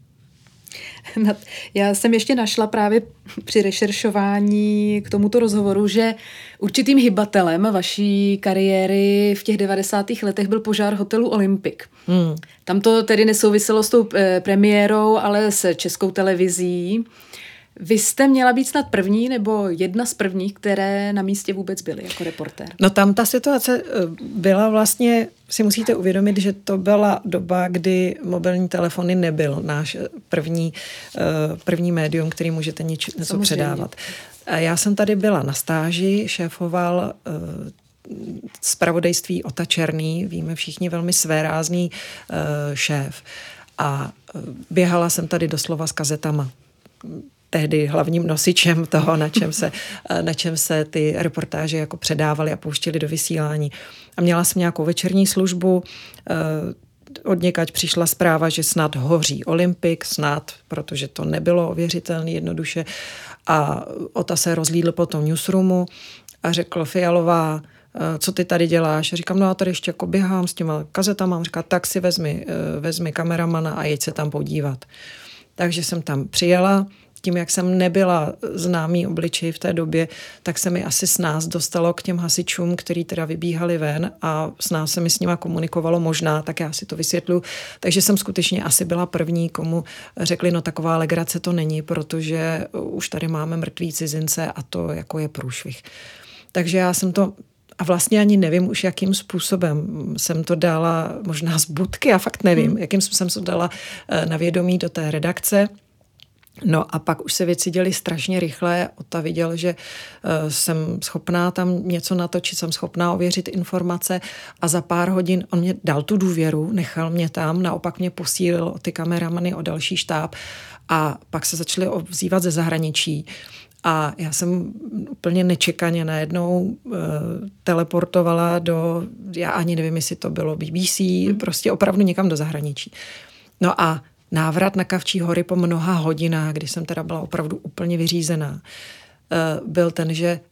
Já jsem ještě našla právě při rešeršování k tomuto rozhovoru, že určitým hybatelem vaší kariéry v těch 90. letech byl požár hotelu Olympic. Tam to tedy nesouviselo s tou premiérou, ale s Českou televizí. Vy jste měla být snad první nebo jedna z prvních, které na místě vůbec byly jako reportér. No tam ta situace byla vlastně, si musíte uvědomit, že to byla doba, kdy mobilní telefony nebyl náš první médium, který můžete něco předávat. A já jsem tady byla na stáži, šéfoval zpravodajství Ota Černý, víme všichni, velmi svérázný šéf. A běhala jsem tady doslova s kazetama. Tehdy hlavním nosičem toho, na čem se ty reportáže jako předávaly a pouštěly do vysílání. A měla jsem nějakou večerní službu, odněkať přišla zpráva, že snad hoří Olympic, snad, protože to nebylo ověřitelné jednoduše. A Ota se rozlídl po tom newsroomu a řekl: Fialová, co ty tady děláš? Říkám, no já tady ještě jako běhám s těma kazetama. Říká, tak si vezmi kameramana a jeď se tam podívat. Takže jsem tam přijela. Tím, jak jsem nebyla známý obličej v té době, tak se mi asi s nás dostalo k těm hasičům, který teda vybíhali ven a s nás se mi s nima komunikovalo možná, tak já si to vysvětlu. Takže jsem skutečně asi byla první, komu řekli, no taková legrace to není, protože už tady máme mrtví cizince a to jako je průšvih. Takže já jsem to, a vlastně ani nevím už, jakým způsobem jsem to dala, možná z budky, a fakt nevím, jakým způsobem jsem to dala na vědomí do té redakce. No a pak už se věci děly strašně rychle. Ota viděl, že jsem schopná tam něco natočit, jsem schopná ověřit informace a za pár hodin on mě dal tu důvěru, nechal mě tam, naopak mě posílil o ty kameramany, o další štáb a pak se začali ozývat ze zahraničí. A já jsem úplně nečekaně najednou teleportovala do, já ani nevím, jestli to bylo BBC, prostě opravdu někam do zahraničí. No a návrat na Kavčí hory po mnoha hodinách, kdy jsem teda byla opravdu úplně vyřízená, byl ten, že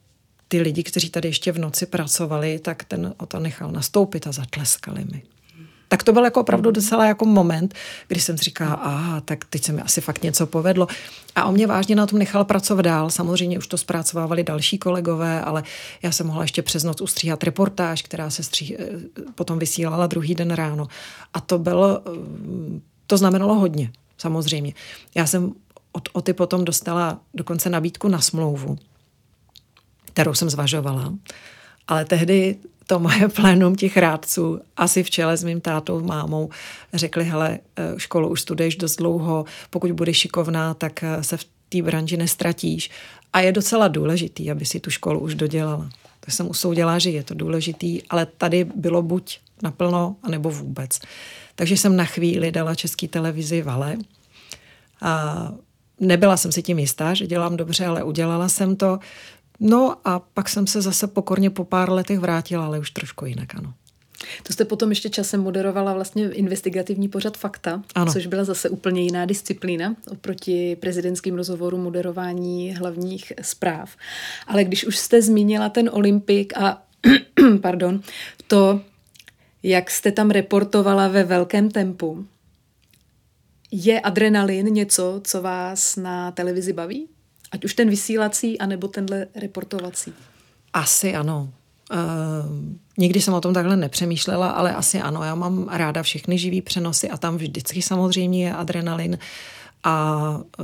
ty lidi, kteří tady ještě v noci pracovali, tak ten o to nechal nastoupit a zatleskali mi. Tak to byl jako opravdu docela jako moment, kdy jsem si říkala, tak teď se mi asi fakt něco povedlo. A on mě vážně na tom nechal pracovat dál. Samozřejmě už to zpracovávali další kolegové, ale já jsem mohla ještě přes noc ustříhat reportáž, která se potom vysílala druhý den ráno. A to znamenalo hodně, samozřejmě. Já jsem od Oty potom dostala dokonce nabídku na smlouvu, kterou jsem zvažovala, ale tehdy to moje plénum těch rádců, asi v čele s mým tátou, mámou, řekli, hele, školu už studuješ dost dlouho, pokud budeš šikovná, tak se v té branži nestratíš. A je docela důležitý, aby si tu školu už dodělala. To jsem usoudila, že je to důležitý, ale tady bylo buď naplno, anebo vůbec. Takže jsem na chvíli dala České televizi vale. A nebyla jsem si tím jistá, že dělám dobře, ale udělala jsem to. No a pak jsem se zase pokorně po pár letech vrátila, ale už trošku jinak, ano. To jste potom ještě časem moderovala vlastně investigativní pořad Fakta, ano. Což byla zase úplně jiná disciplína oproti prezidentským rozhovorům moderování hlavních zpráv. Ale když už jste zmínila ten Olympik a to, jak jste tam reportovala ve velkém tempu, je adrenalin něco, co vás na televizi baví? Ať už ten vysílací, anebo tenhle reportovací? Asi ano. Nikdy jsem o tom takhle nepřemýšlela, ale asi ano. Já mám ráda všechny živý přenosy a tam vždycky samozřejmě je adrenalin. A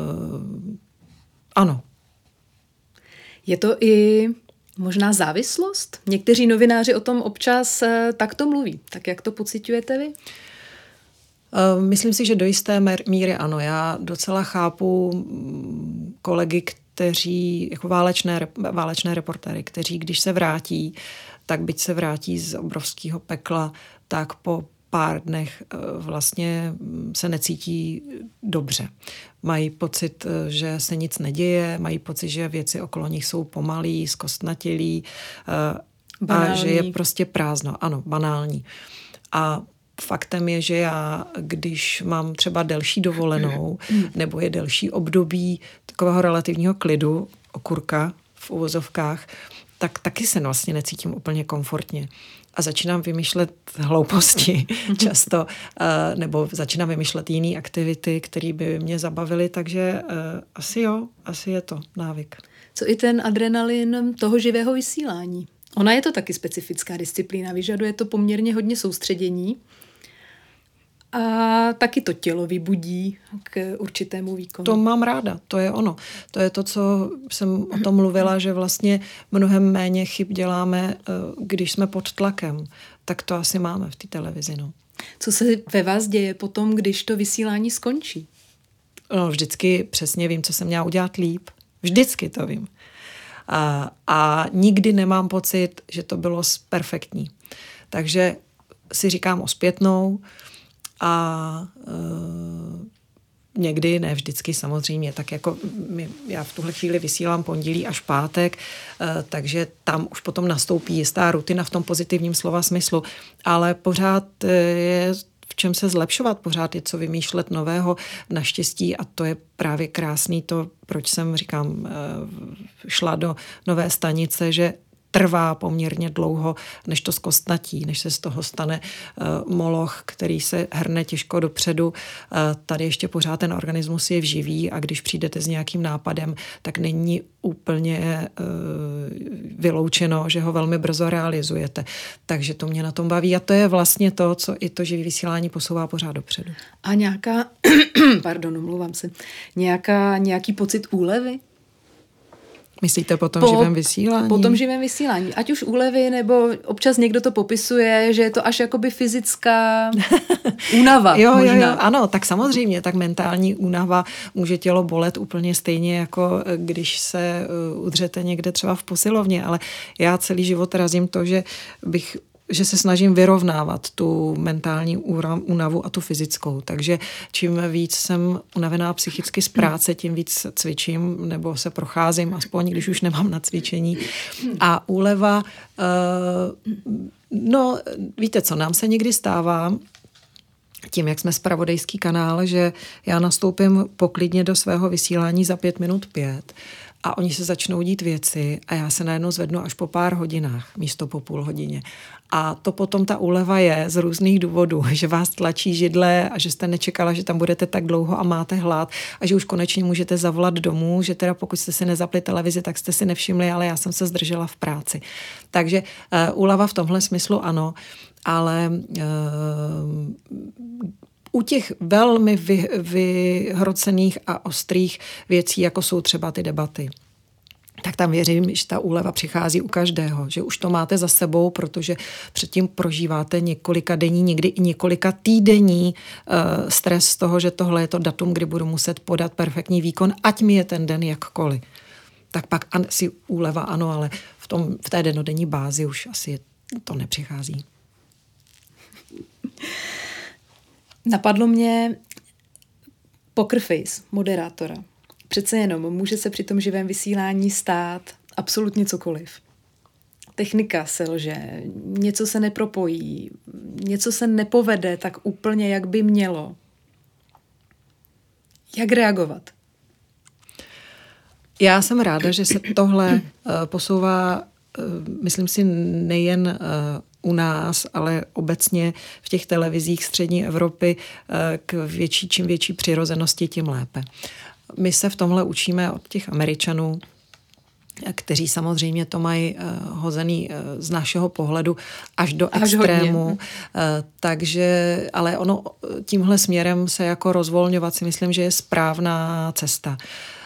ano. Je to i možná závislost? Někteří novináři o tom občas takto mluví. Tak jak to pociťujete vy? Myslím si, že do jisté míry ano. Já docela chápu kolegy, kteří, jako válečné reportéry, kteří, když se vrátí, tak byť se vrátí z obrovského pekla, tak po pár dnech vlastně se necítí dobře. Mají pocit, že se nic neděje, mají pocit, že věci okolo nich jsou pomalý, zkostnatělý a že je prostě prázdno. Ano, banální. A faktem je, že já, když mám třeba delší dovolenou nebo je delší období takového relativního klidu, okurka v uvozovkách, tak taky se vlastně necítím úplně komfortně. A začínám vymýšlet hlouposti často, nebo začínám vymýšlet jiné aktivity, které by mě zabavily, takže asi je to návyk. Co i ten adrenalin toho živého vysílání? Ona je to taky specifická disciplína, vyžaduje to poměrně hodně soustředění a taky to tělo vybudí k určitému výkonu. To mám ráda, to je ono. To je to, co jsem o tom mluvila, že vlastně mnohem méně chyb děláme, když jsme pod tlakem. Tak to asi máme v té televizi. No. Co se ve vás děje potom, když to vysílání skončí? No, vždycky přesně vím, co jsem měla udělat líp. Vždycky to vím. A nikdy nemám pocit, že to bylo perfektní. Takže si říkám o zpětnou a někdy, ne vždycky samozřejmě, tak jako já v tuhle chvíli vysílám pondělí až pátek, takže tam už potom nastoupí jistá rutina v tom pozitivním slova smyslu, ale pořád je v čem se zlepšovat, pořád je co vymýšlet nového, naštěstí, a to je právě krásný to, proč jsem, říkám, šla do nové stanice, že trvá poměrně dlouho, než to zkostnatí, než se z toho stane moloch, který se hrne těžko dopředu. Tady ještě pořád ten organismus je živý a když přijdete s nějakým nápadem, tak není úplně vyloučeno, že ho velmi brzo realizujete. Takže to mě na tom baví a to je vlastně to, co i to živý vysílání posouvá pořád dopředu. A nějaký pocit úlevy? Myslíte po tom živém vysílání? Po tom živém vysílání. Ať už úlevy, nebo občas někdo to popisuje, že je to až jakoby fyzická únava. Jo, ano, tak samozřejmě, tak mentální únava může tělo bolet úplně stejně, jako když se udřete někde třeba v posilovně, ale já celý život razím to, že se snažím vyrovnávat tu mentální únavu a tu fyzickou. Takže čím víc jsem unavená psychicky z práce, tím víc cvičím nebo se procházím, aspoň když už nemám na cvičení. A úleva, víte co, nám se někdy stává, tím, jak jsme zpravodajský kanál, že já nastoupím poklidně do svého vysílání za 5 minut 5 a oni se začnou dít věci a já se najednou zvednu až po pár hodinách, místo po půl hodině. A to potom ta úleva je z různých důvodů, že vás tlačí židle a že jste nečekala, že tam budete tak dlouho a máte hlad a že už konečně můžete zavolat domů, že teda pokud jste si nezapli televizi, tak jste si nevšimli, ale já jsem se zdržela v práci. Takže úleva v tomhle smyslu ano, ale u těch velmi vyhrocených a ostrých věcí, jako jsou třeba ty debaty, tak tam věřím, že ta úleva přichází u každého, že už to máte za sebou, protože předtím prožíváte několika denní, někdy i několika týdenní stres z toho, že tohle je to datum, kdy budu muset podat perfektní výkon, ať mi je ten den jakkoliv. Tak pak asi úleva ano, ale v té dennodenní bázi už asi to nepřichází. Napadlo mě poker face moderátora. Přece jenom může se při tom živém vysílání stát absolutně cokoliv. Technika selže, něco se nepropojí, něco se nepovede tak úplně, jak by mělo. Jak reagovat? Já jsem ráda, že se tohle posouvá, myslím si, nejen u nás, ale obecně v těch televizích střední Evropy k čím větší přirozenosti, tím lépe. My se v tomhle učíme od těch Američanů, kteří samozřejmě to mají hozený z našeho pohledu až do extrému. Takže, ale ono tímhle směrem se jako rozvolňovat si myslím, že je správná cesta.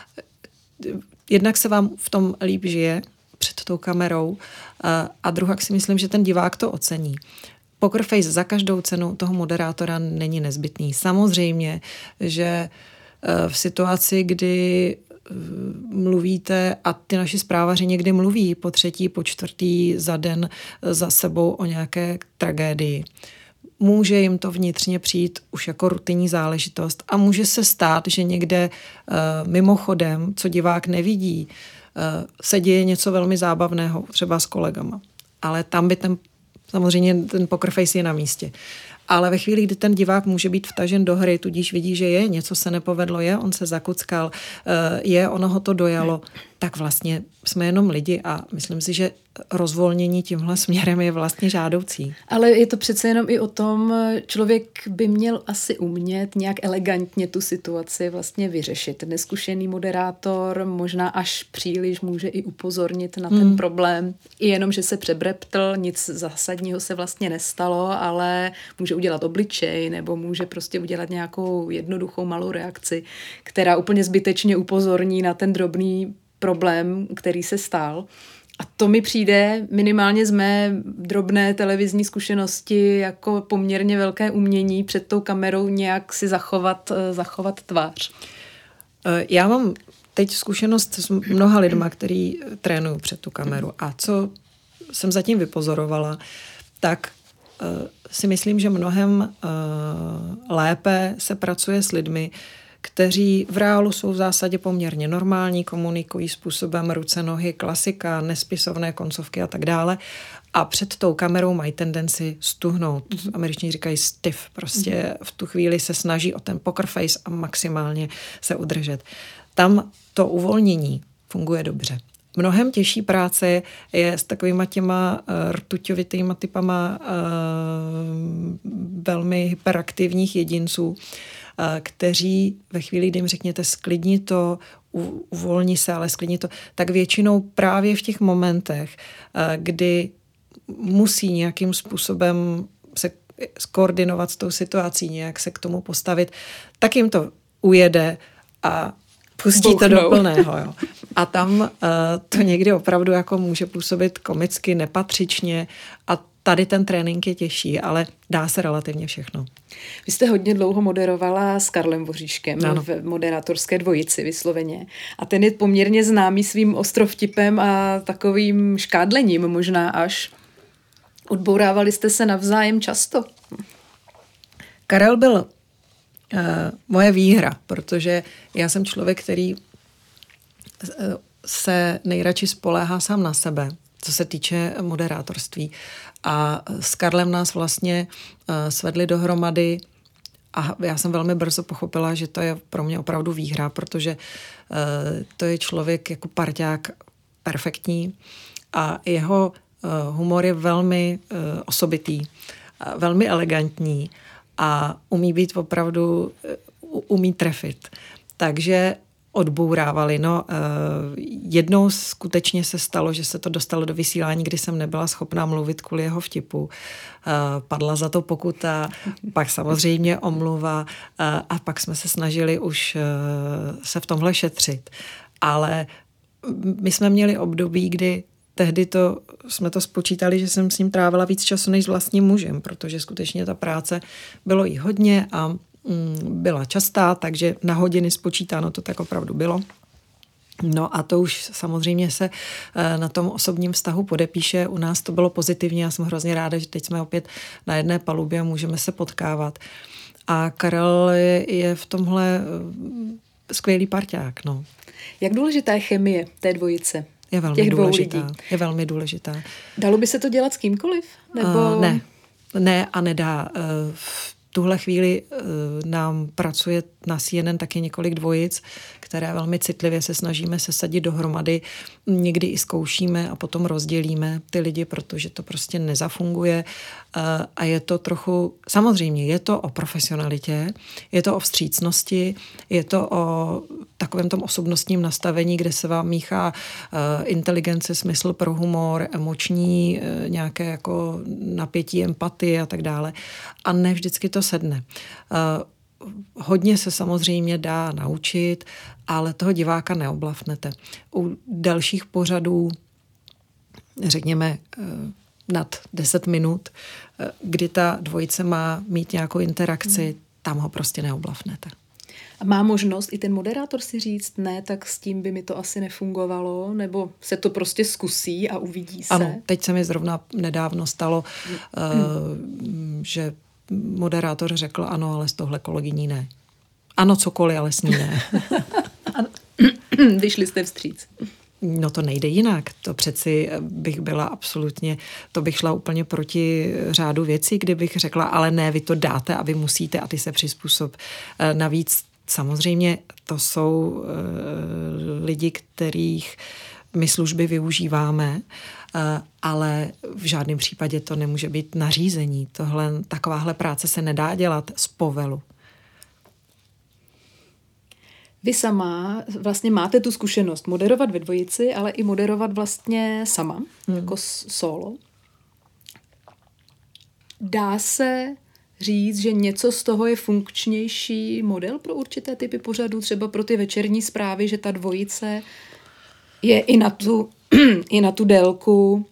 Jednak se vám v tom líp žije před tou kamerou a druhak si myslím, že ten divák to ocení. Poker face za každou cenu toho moderátora není nezbytný. Samozřejmě, že v situaci, kdy mluvíte a ty naši zprávaři někdy mluví po třetí, po čtvrtý za den za sebou o nějaké tragédii. Může jim to vnitřně přijít už jako rutinní záležitost a může se stát, že někde mimochodem, co divák nevidí, se děje něco velmi zábavného, třeba s kolegama. Ale tam by samozřejmě ten poker face je na místě. Ale ve chvíli, kdy ten divák může být vtažen do hry, tudíž vidí, že něco se nepovedlo, on se zakuckal, ono ho to dojalo, tak vlastně jsme jenom lidi a myslím si, že rozvolnění tímhle směrem je vlastně žádoucí. Ale je to přece jenom i o tom, člověk by měl asi umět nějak elegantně tu situaci vlastně vyřešit. Neskušený moderátor možná až příliš může i upozornit na ten problém. I jenom, že se přebreptl, nic zásadního se vlastně nestalo, ale může udělat obličej nebo může prostě udělat nějakou jednoduchou malou reakci, která úplně zbytečně upozorní na ten drobný problém, který se stal. A to mi přijde minimálně z mé drobné televizní zkušenosti jako poměrně velké umění před tou kamerou nějak si zachovat tvář. Já mám teď zkušenost s mnoha lidma, který trénují před tu kameru a co jsem zatím vypozorovala, tak si myslím, že mnohem lépe se pracuje s lidmi, kteří v reálu jsou v zásadě poměrně normální, komunikují způsobem ruce, nohy, klasika, nespisovné koncovky a tak dále. A před tou kamerou mají tendenci stuhnout. Američané říkají stiff. Prostě v tu chvíli se snaží o ten poker face a maximálně se udržet. Tam to uvolnění funguje dobře. Mnohem těžší práce je s takovýma těma rtuťovitýma typama velmi hyperaktivních jedinců, kteří ve chvíli, kdy jim řekněte sklidni to, uvolni se, ale sklidni to, tak většinou právě v těch momentech, kdy musí nějakým způsobem se skoordinovat s tou situací, nějak se k tomu postavit, tak jim to ujede a pustí to do plného. Jo. A tam to někdy opravdu jako může působit komicky, nepatřičně a tady ten trénink je těžší, ale dá se relativně všechno. Vy jste hodně dlouho moderovala s Karlem Voříškem v moderátorské dvojici vysloveně. A ten je poměrně známý svým ostrovtipem a takovým škádlením možná až. Odbourávali jste se navzájem často? Karel byl moje výhra, protože já jsem člověk, který se nejradši spoléhá sám na sebe, co se týče moderátorství. A s Karlem nás vlastně svedli dohromady A já jsem velmi brzo pochopila, že to je pro mě opravdu výhra, protože to je člověk jako parťák perfektní a jeho humor je velmi osobitý, velmi elegantní a umí trefit. Takže odbourávali. No, jednou skutečně se stalo, že se to dostalo do vysílání, kdy jsem nebyla schopná mluvit kvůli jeho vtipu. Padla za to pokuta, pak samozřejmě omluva a pak jsme se snažili už se v tomhle šetřit. Ale my jsme měli období, kdy tehdy jsme to spočítali, že jsem s ním trávila víc času než s vlastním mužem, protože skutečně ta práce bylo jí hodně a byla častá, takže na hodiny spočítáno to tak opravdu bylo. No a to už samozřejmě se na tom osobním vztahu podepíše. U nás to bylo pozitivně, já jsem hrozně ráda, že teď jsme opět na jedné palubě a můžeme se potkávat. A Karel je v tomhle skvělý parťák. No. Jak důležitá je chemie té dvojice? Je velmi důležitá. Je velmi důležitá. Dalo by se to dělat s kýmkoliv? Nebo... Ne a nedá. V tuhle chvíli nám pracuje na CNN taky několik dvojic, které velmi citlivě se snažíme sesadit dohromady. Někdy i zkoušíme a potom rozdělíme ty lidi, protože to prostě nezafunguje. A je to trochu, samozřejmě je to o profesionalitě, je to o vstřícnosti, je to o takovém tom osobnostním nastavení, kde se vám míchá inteligence, smysl pro humor, emoční, nějaké jako napětí, empatie a tak dále. A ne vždycky to sedne. Hodně se samozřejmě dá naučit, ale toho diváka neoblafnete. U dalších pořadů, řekněme nad 10 minut, kdy ta dvojice má mít nějakou interakci, tam ho prostě neoblafnete. A má možnost i ten moderátor si říct, ne, tak s tím by mi to asi nefungovalo, nebo se to prostě zkusí a uvidí se? Ano, teď se mi zrovna nedávno stalo, že moderátor řekl ano, ale z tohle kolegyní ne. Ano, cokoliv, ale s ní ne. Vyšli jste vstříc. No to nejde jinak. To přeci bych byla absolutně, to bych šla úplně proti řádu věcí, kdybych řekla, ale ne, vy to dáte a vy musíte a ty se přizpůsob. Navíc samozřejmě to jsou lidi, kterých my služby využíváme, ale v žádném případě to nemůže být nařízení. Takováhle práce se nedá dělat z povelu. Vy sama vlastně máte tu zkušenost moderovat ve dvojici, ale i moderovat vlastně sama, jako solo. Dá se říct, že něco z toho je funkčnější model pro určité typy pořadů, třeba pro ty večerní zprávy, že ta dvojice je i na tu délku,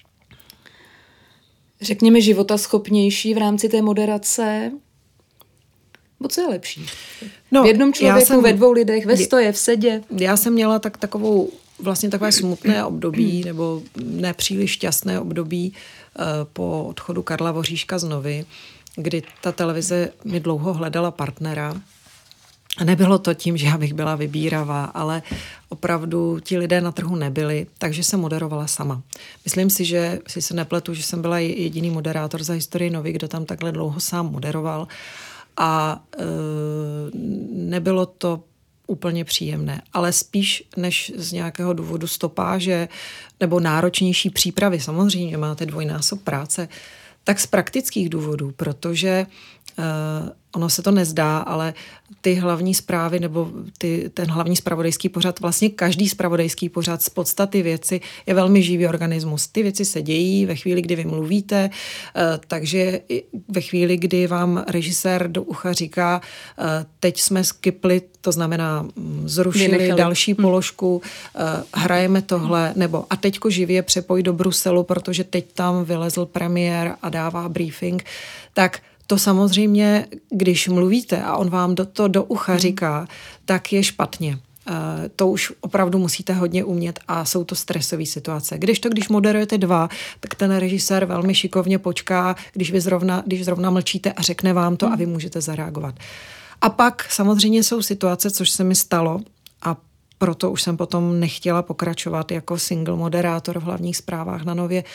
řekněme, životaschopnější v rámci té moderace? Bo co je lepší? No, v jednom člověku, ve dvou lidech, ve stoje, v sedě? Já jsem měla takové smutné období, nebo nepříliš šťastné období po odchodu Karla Voříška z Novy, kdy ta televize mi dlouho hledala partnera. A nebylo to tím, že já bych byla vybíravá, ale opravdu ti lidé na trhu nebyli, takže jsem moderovala sama. Myslím si, že si se nepletu, že jsem byla jediný moderátor za historii Novy, kdo tam takhle dlouho sám moderoval. A nebylo to úplně příjemné, ale spíš než z nějakého důvodu stopáže nebo náročnější přípravy, samozřejmě máte dvojnásob práce, tak z praktických důvodů, protože ono se to nezdá, ale ty hlavní zprávy nebo ten hlavní zpravodajský pořad, vlastně každý zpravodajský pořad z podstaty věci je velmi živý organismus. Ty věci se dějí ve chvíli, kdy vy mluvíte, takže ve chvíli, kdy vám režisér do ucha říká, teď jsme skipli, to znamená zrušili další položku, hrajeme tohle, nebo a teďko živě přepoj do Bruselu, protože teď tam vylezl premiér a dává briefing, tak to samozřejmě, když mluvíte a on vám to do ucha říká, tak je špatně. To už opravdu musíte hodně umět a jsou to stresové situace. Když moderujete dva, tak ten režisér velmi šikovně počká, když zrovna mlčíte a řekne vám to a vy můžete zareagovat. A pak samozřejmě jsou situace, což se mi stalo a proto už jsem potom nechtěla pokračovat jako single moderátor v hlavních zprávách na Nově,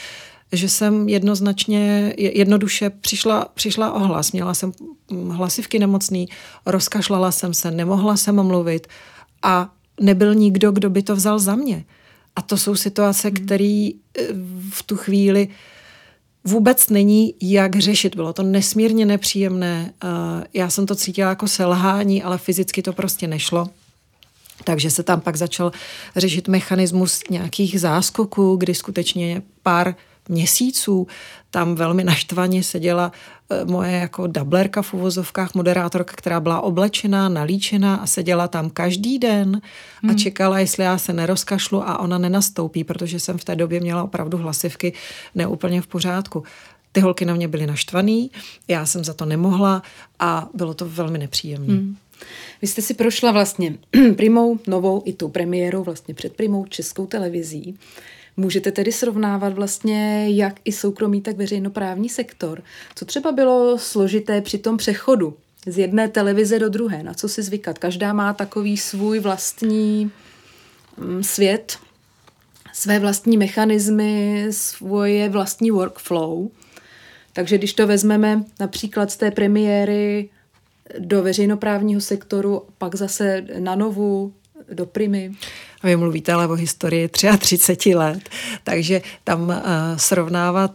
že jsem jednoduše přišla o hlas. Měla jsem hlasivky nemocný, rozkašlala jsem se, nemohla jsem mluvit a nebyl nikdo, kdo by to vzal za mě. A to jsou situace, které v tu chvíli vůbec není jak řešit. Bylo to nesmírně nepříjemné. Já jsem to cítila jako selhání, ale fyzicky to prostě nešlo. Takže se tam pak začal řešit mechanismus nějakých záskoků, kdy skutečně pár měsíců tam velmi naštvaně seděla moje jako dublerka v uvozovkách, moderátorka, která byla oblečená, nalíčená a seděla tam každý den a čekala, jestli já se nerozkašlu a ona nenastoupí, protože jsem v té době měla opravdu hlasivky neúplně v pořádku. Ty holky na mě byly naštvaný, já jsem za to nemohla a bylo to velmi nepříjemné. Vy jste si prošla vlastně Primou, novou i tou premiérou, vlastně před Primou Českou televizí. Můžete tedy srovnávat vlastně jak i soukromý, tak veřejnoprávní sektor. Co třeba bylo složité při tom přechodu z jedné televize do druhé? Na co si zvykat? Každá má takový svůj vlastní svět, své vlastní mechanismy, svoje vlastní workflow. Takže když to vezmeme například z té premiéry do veřejnoprávního sektoru, pak zase na Novu, do Primy. Vy mluvíte ale o historii 33 let, takže tam srovnávat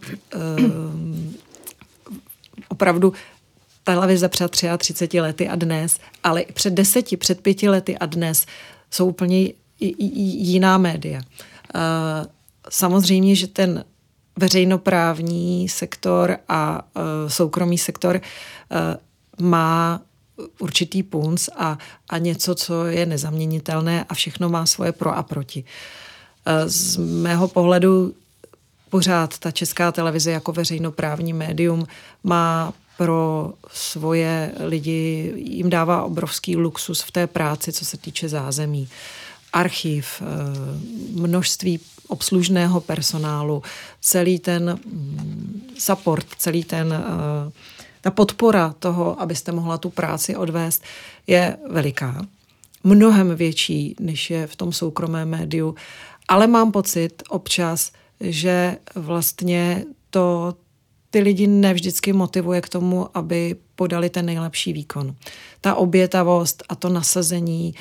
opravdu televize před 33 lety a dnes, ale i před 10, před 5 lety a dnes jsou úplně jiná média. Samozřejmě, že ten veřejnoprávní sektor a soukromý sektor má určitý punc a něco, co je nezaměnitelné a všechno má svoje pro a proti. Z mého pohledu pořád ta Česká televize jako veřejnoprávní médium má pro svoje lidi, jim dává obrovský luxus v té práci, co se týče zázemí. Archiv, množství obslužného personálu, celý ten support, celý ten ta podpora toho, abyste mohla tu práci odvést, je veliká. Mnohem větší, než je v tom soukromém médiu. Ale mám pocit občas, že vlastně to ty lidi nevždycky motivuje k tomu, aby podali ten nejlepší výkon. Ta obětavost a to nasazení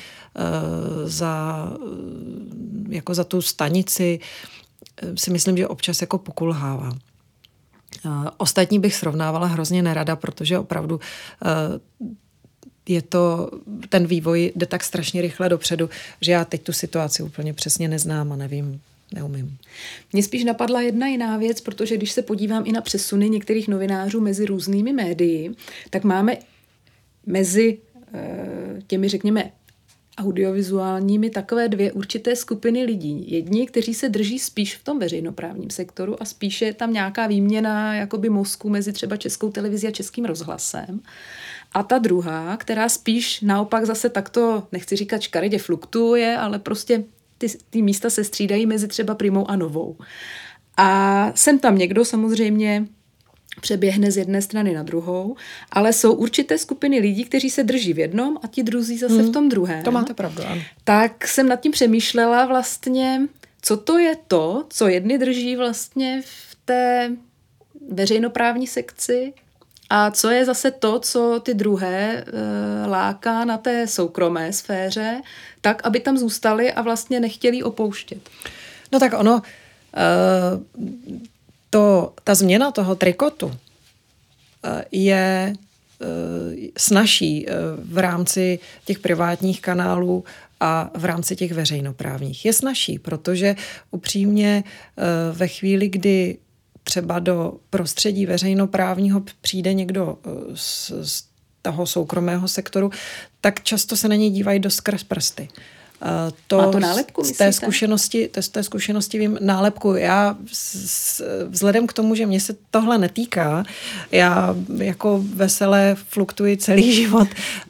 za tu stanici si myslím, že občas jako pokulhává. Ostatní bych srovnávala hrozně nerada, protože opravdu ten vývoj jde tak strašně rychle dopředu, že já teď tu situaci úplně přesně neznám a neumím. Mně spíš napadla jedna jiná věc, protože když se podívám i na přesuny některých novinářů mezi různými médii, tak máme mezi těmi, řekněme, audiovizuálními takové dvě určité skupiny lidí. Jedni, kteří se drží spíš v tom veřejnoprávním sektoru a spíše je tam nějaká výměna jakoby mozku mezi třeba Českou televizí a Českým rozhlasem. A ta druhá, která spíš naopak zase takto, nechci říkat škaredě fluktuuje, ale prostě ty místa se střídají mezi třeba Primou a Novou. A sem tam někdo samozřejmě přeběhne z jedné strany na druhou, ale jsou určité skupiny lidí, kteří se drží v jednom a ti druzí zase v tom druhém. To máte pravdu, ano. Tak jsem nad tím přemýšlela vlastně, co to je to, co jedni drží vlastně v té veřejnoprávní sekci a co je zase to, co ty druhé láká na té soukromé sféře, tak, aby tam zůstali a vlastně nechtěli opouštět. No tak ono... Ta změna toho trikotu je snazší v rámci těch privátních kanálů a v rámci těch veřejnoprávních. Je snazší, protože upřímně ve chvíli, kdy třeba do prostředí veřejnoprávního přijde někdo z toho soukromého sektoru, tak často se na něj dívají skrz prsty. Má to nálepku, myslíte? Z té zkušenosti vím nálepku. Já vzhledem k tomu, že mě se tohle netýká, já jako veselé fluktuji celý život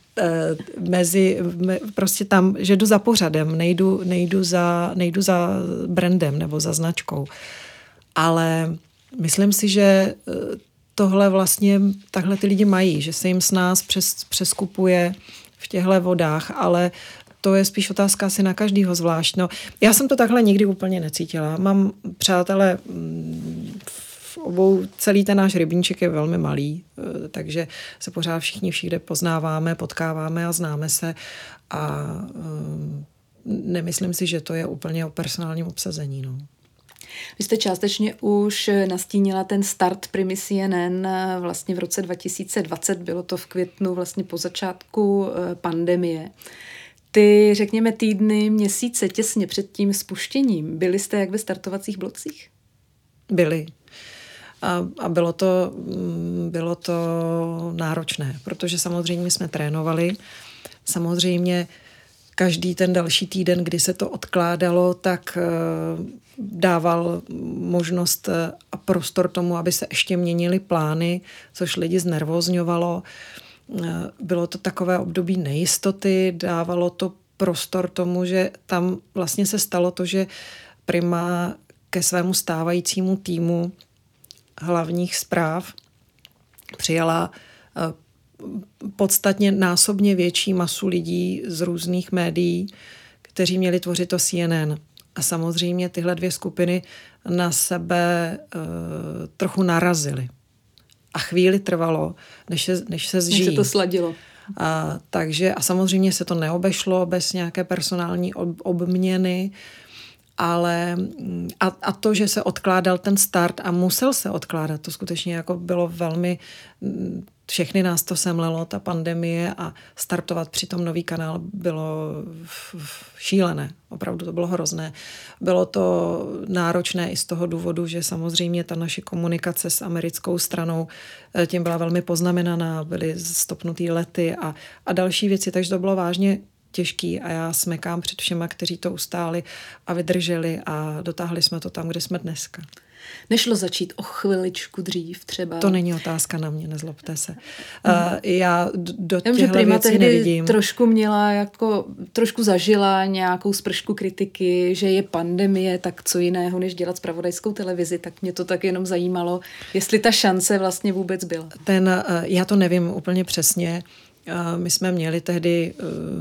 prostě tam, že jdu za pořadem, nejdu za brandem nebo za značkou. Ale myslím si, že tohle vlastně takhle ty lidi mají, že se jim s nás přeskupuje v těchto vodách, ale to je spíš otázka asi na každýho zvlášť. No, já jsem to takhle nikdy úplně necítila. Mám přátele v obou, celý ten náš rybníček je velmi malý, takže se pořád všichni všude poznáváme, potkáváme a známe se a nemyslím si, že to je úplně o personálním obsazení. No. Vy jste částečně už nastínila ten start Primy CNN vlastně v roce 2020, bylo to v květnu vlastně po začátku pandemie. Ty, řekněme, týdny, měsíce těsně před tím spuštěním, byli jste jak ve startovacích blocích? Byli. A bylo to náročné, protože samozřejmě jsme trénovali, samozřejmě každý ten další týden, kdy se to odkládalo, tak dával možnost a prostor tomu, aby se ještě měnily plány, což lidi znervózňovalo. Bylo to takové období nejistoty, dávalo to prostor tomu, že tam vlastně se stalo to, že Prima ke svému stávajícímu týmu hlavních zpráv přijala podstatně násobně větší masu lidí z různých médií, kteří měli tvořit to CNN. A samozřejmě tyhle dvě skupiny na sebe trochu narazily. A chvíli trvalo, než se zžijí. Než se to sladilo. Takže samozřejmě se to neobešlo bez nějaké personální obměny, ale a to, že se odkládal ten start a musel se odkládat, to skutečně jako bylo velmi, všechny nás to semlelo, ta pandemie, a startovat přitom nový kanál bylo šílené, opravdu to bylo hrozné. Bylo to náročné i z toho důvodu, že samozřejmě ta naše komunikace s americkou stranou tím byla velmi poznamenaná, byly stopnutý lety a další věci, takže to bylo vážně těžký a já smekám před všema, kteří to ustáli a vydrželi a dotáhli jsme to tam, kde jsme dneska. Nešlo začít o chviličku dřív třeba? To není otázka na mě, nezlobte se. Já do těchto Prima věcí tehdy nevidím. Trošku zažila nějakou spršku kritiky, že je pandemie, tak co jiného, než dělat zpravodajskou televizi, tak mě to tak jenom zajímalo, jestli ta šance vlastně vůbec byla. Já to nevím úplně přesně. My jsme měli tehdy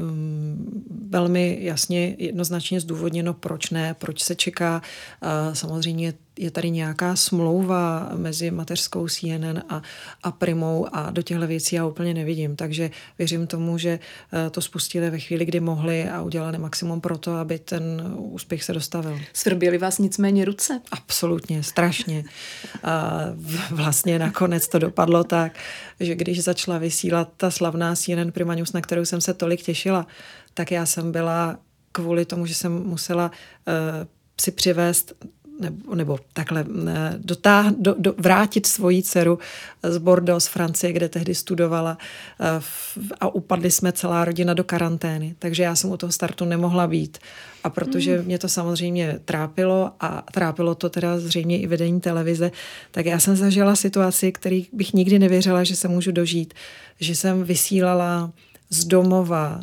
velmi jasně, jednoznačně zdůvodněno, proč ne, proč se čeká. Samozřejmě je tady nějaká smlouva mezi mateřskou CNN a Primou a do těchto věcí já úplně nevidím. Takže věřím tomu, že to spustili ve chvíli, kdy mohli a udělali maximum pro to, aby ten úspěch se dostavil. Svrběly vás nicméně ruce? Absolutně, strašně. Vlastně nakonec to dopadlo tak, že když začala vysílat ta slavná CNN Prima News, na kterou jsem se tolik těšila, tak já jsem byla kvůli tomu, že jsem musela si přivést nebo takhle vrátit svoji dceru z Bordeaux z Francie, kde tehdy studovala a upadli jsme celá rodina do karantény. Takže já jsem u toho startu nemohla být. A protože mě to samozřejmě trápilo a trápilo to teda zřejmě i vedení televize, tak já jsem zažila situaci, který bych nikdy nevěřila, že se můžu dožít. Že jsem vysílala z domova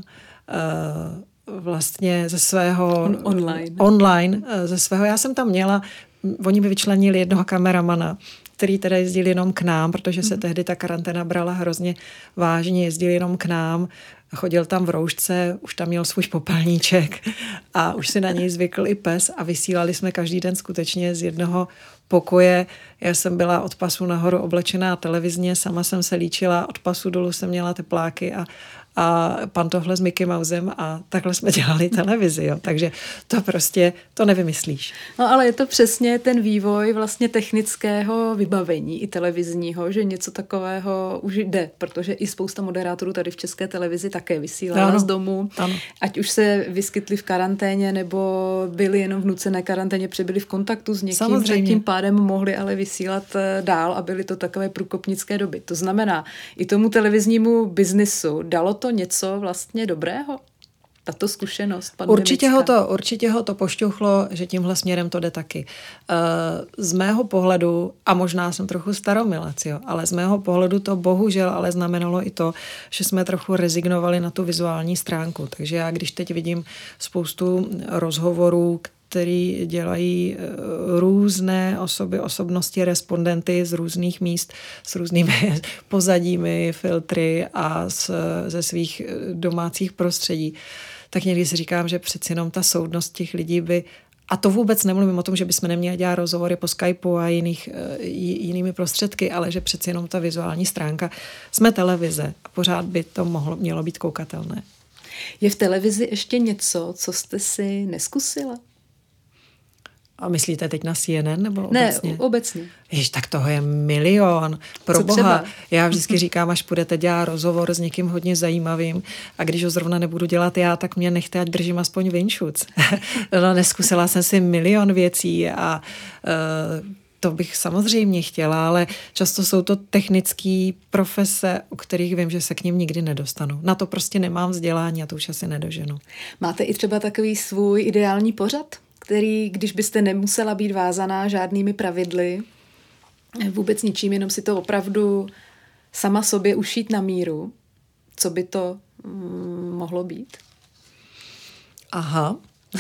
vlastně ze svého online ze svého. Já jsem tam měla, oni mi vyčlenili jednoho kameramana, který teda jezdil jenom k nám, protože se tehdy ta karanténa brala hrozně vážně, jezdil jenom k nám, chodil tam v roušce, už tam měl svůj popelníček a už si na něj zvykl i pes a vysílali jsme každý den skutečně z jednoho pokoje. Já jsem byla od pasu nahoru oblečená televizně, sama jsem se líčila, od pasu dolů jsem měla tepláky a pan tohle s Mickey Mousem a takhle jsme dělali televizi, jo. Takže to prostě, to nevymyslíš. No ale je to přesně ten vývoj vlastně technického vybavení i televizního, že něco takového už jde, protože i spousta moderátorů tady v České televizi také vysílala z domu. Ano. Ať už se vyskytli v karanténě, nebo byli jenom v nucené karanténě, byli v kontaktu s někým, tak tím pádem mohli ale vysílat dál a byly to takové průkopnické doby. To znamená, i tomu televiznímu biznisu dalo to něco vlastně dobrého? Tato zkušenost pandemická? Určitě ho to pošťuchlo, že tímhle směrem to jde taky. Z mého pohledu, a možná jsem trochu staromilec, jo, ale z mého pohledu to bohužel ale znamenalo i to, že jsme trochu rezignovali na tu vizuální stránku. Takže já, když teď vidím spoustu rozhovorů, který dělají různé osobnosti, respondenty z různých míst, s různými pozadími, filtry a ze svých domácích prostředí, tak někdy si říkám, že přeci jenom ta soudnost těch lidí by A to vůbec nemluvím o tom, že bychom neměli dělat rozhovory po Skypeu a jinými prostředky, ale že přeci jenom ta vizuální stránka. Jsme televize a pořád by to mělo být koukatelné. Je v televizi ještě něco, co jste si neskusila? A myslíte teď na CNN nebo obecně? Ne, obecně. Jež, tak toho je milion. Pro boha. Já vždycky říkám, až budete dělat rozhovor s někým hodně zajímavým a když ho zrovna nebudu dělat já, tak mě nechte, ať držím aspoň vinšuc. No, neskusila jsem si milion věcí a to bych samozřejmě chtěla, ale často jsou to technické profese, o kterých vím, že se k nim nikdy nedostanu. Na to prostě nemám vzdělání a to už asi nedoženu. Máte i třeba takový svůj ideální pořad, který, když byste nemusela být vázaná žádnými pravidly, vůbec ničím, jenom si to opravdu sama sobě ušít na míru, co by to mohlo být? Aha.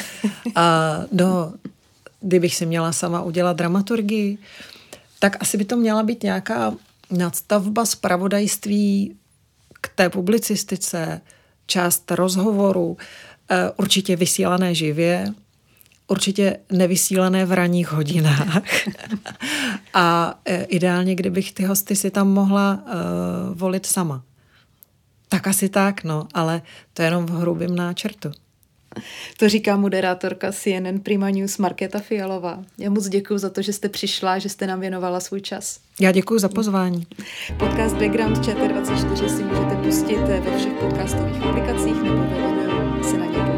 Kdybych si měla sama udělat dramaturgii, tak asi by to měla být nějaká nadstavba zpravodajství k té publicistice, část rozhovoru, určitě vysílané živě, určitě nevysílané v ranních hodinách. A ideálně, kdybych ty hosty si tam mohla volit sama. Tak asi tak, no, ale to je jenom v hrubým náčrtu. To říká moderátorka CNN Prima News Markéta Fialová. Já moc děkuji za to, že jste přišla, že jste nám věnovala svůj čas. Já děkuji za pozvání. Podcast Background ČT24 si můžete pustit ve všech podcastových aplikacích nebo ve videu se na ně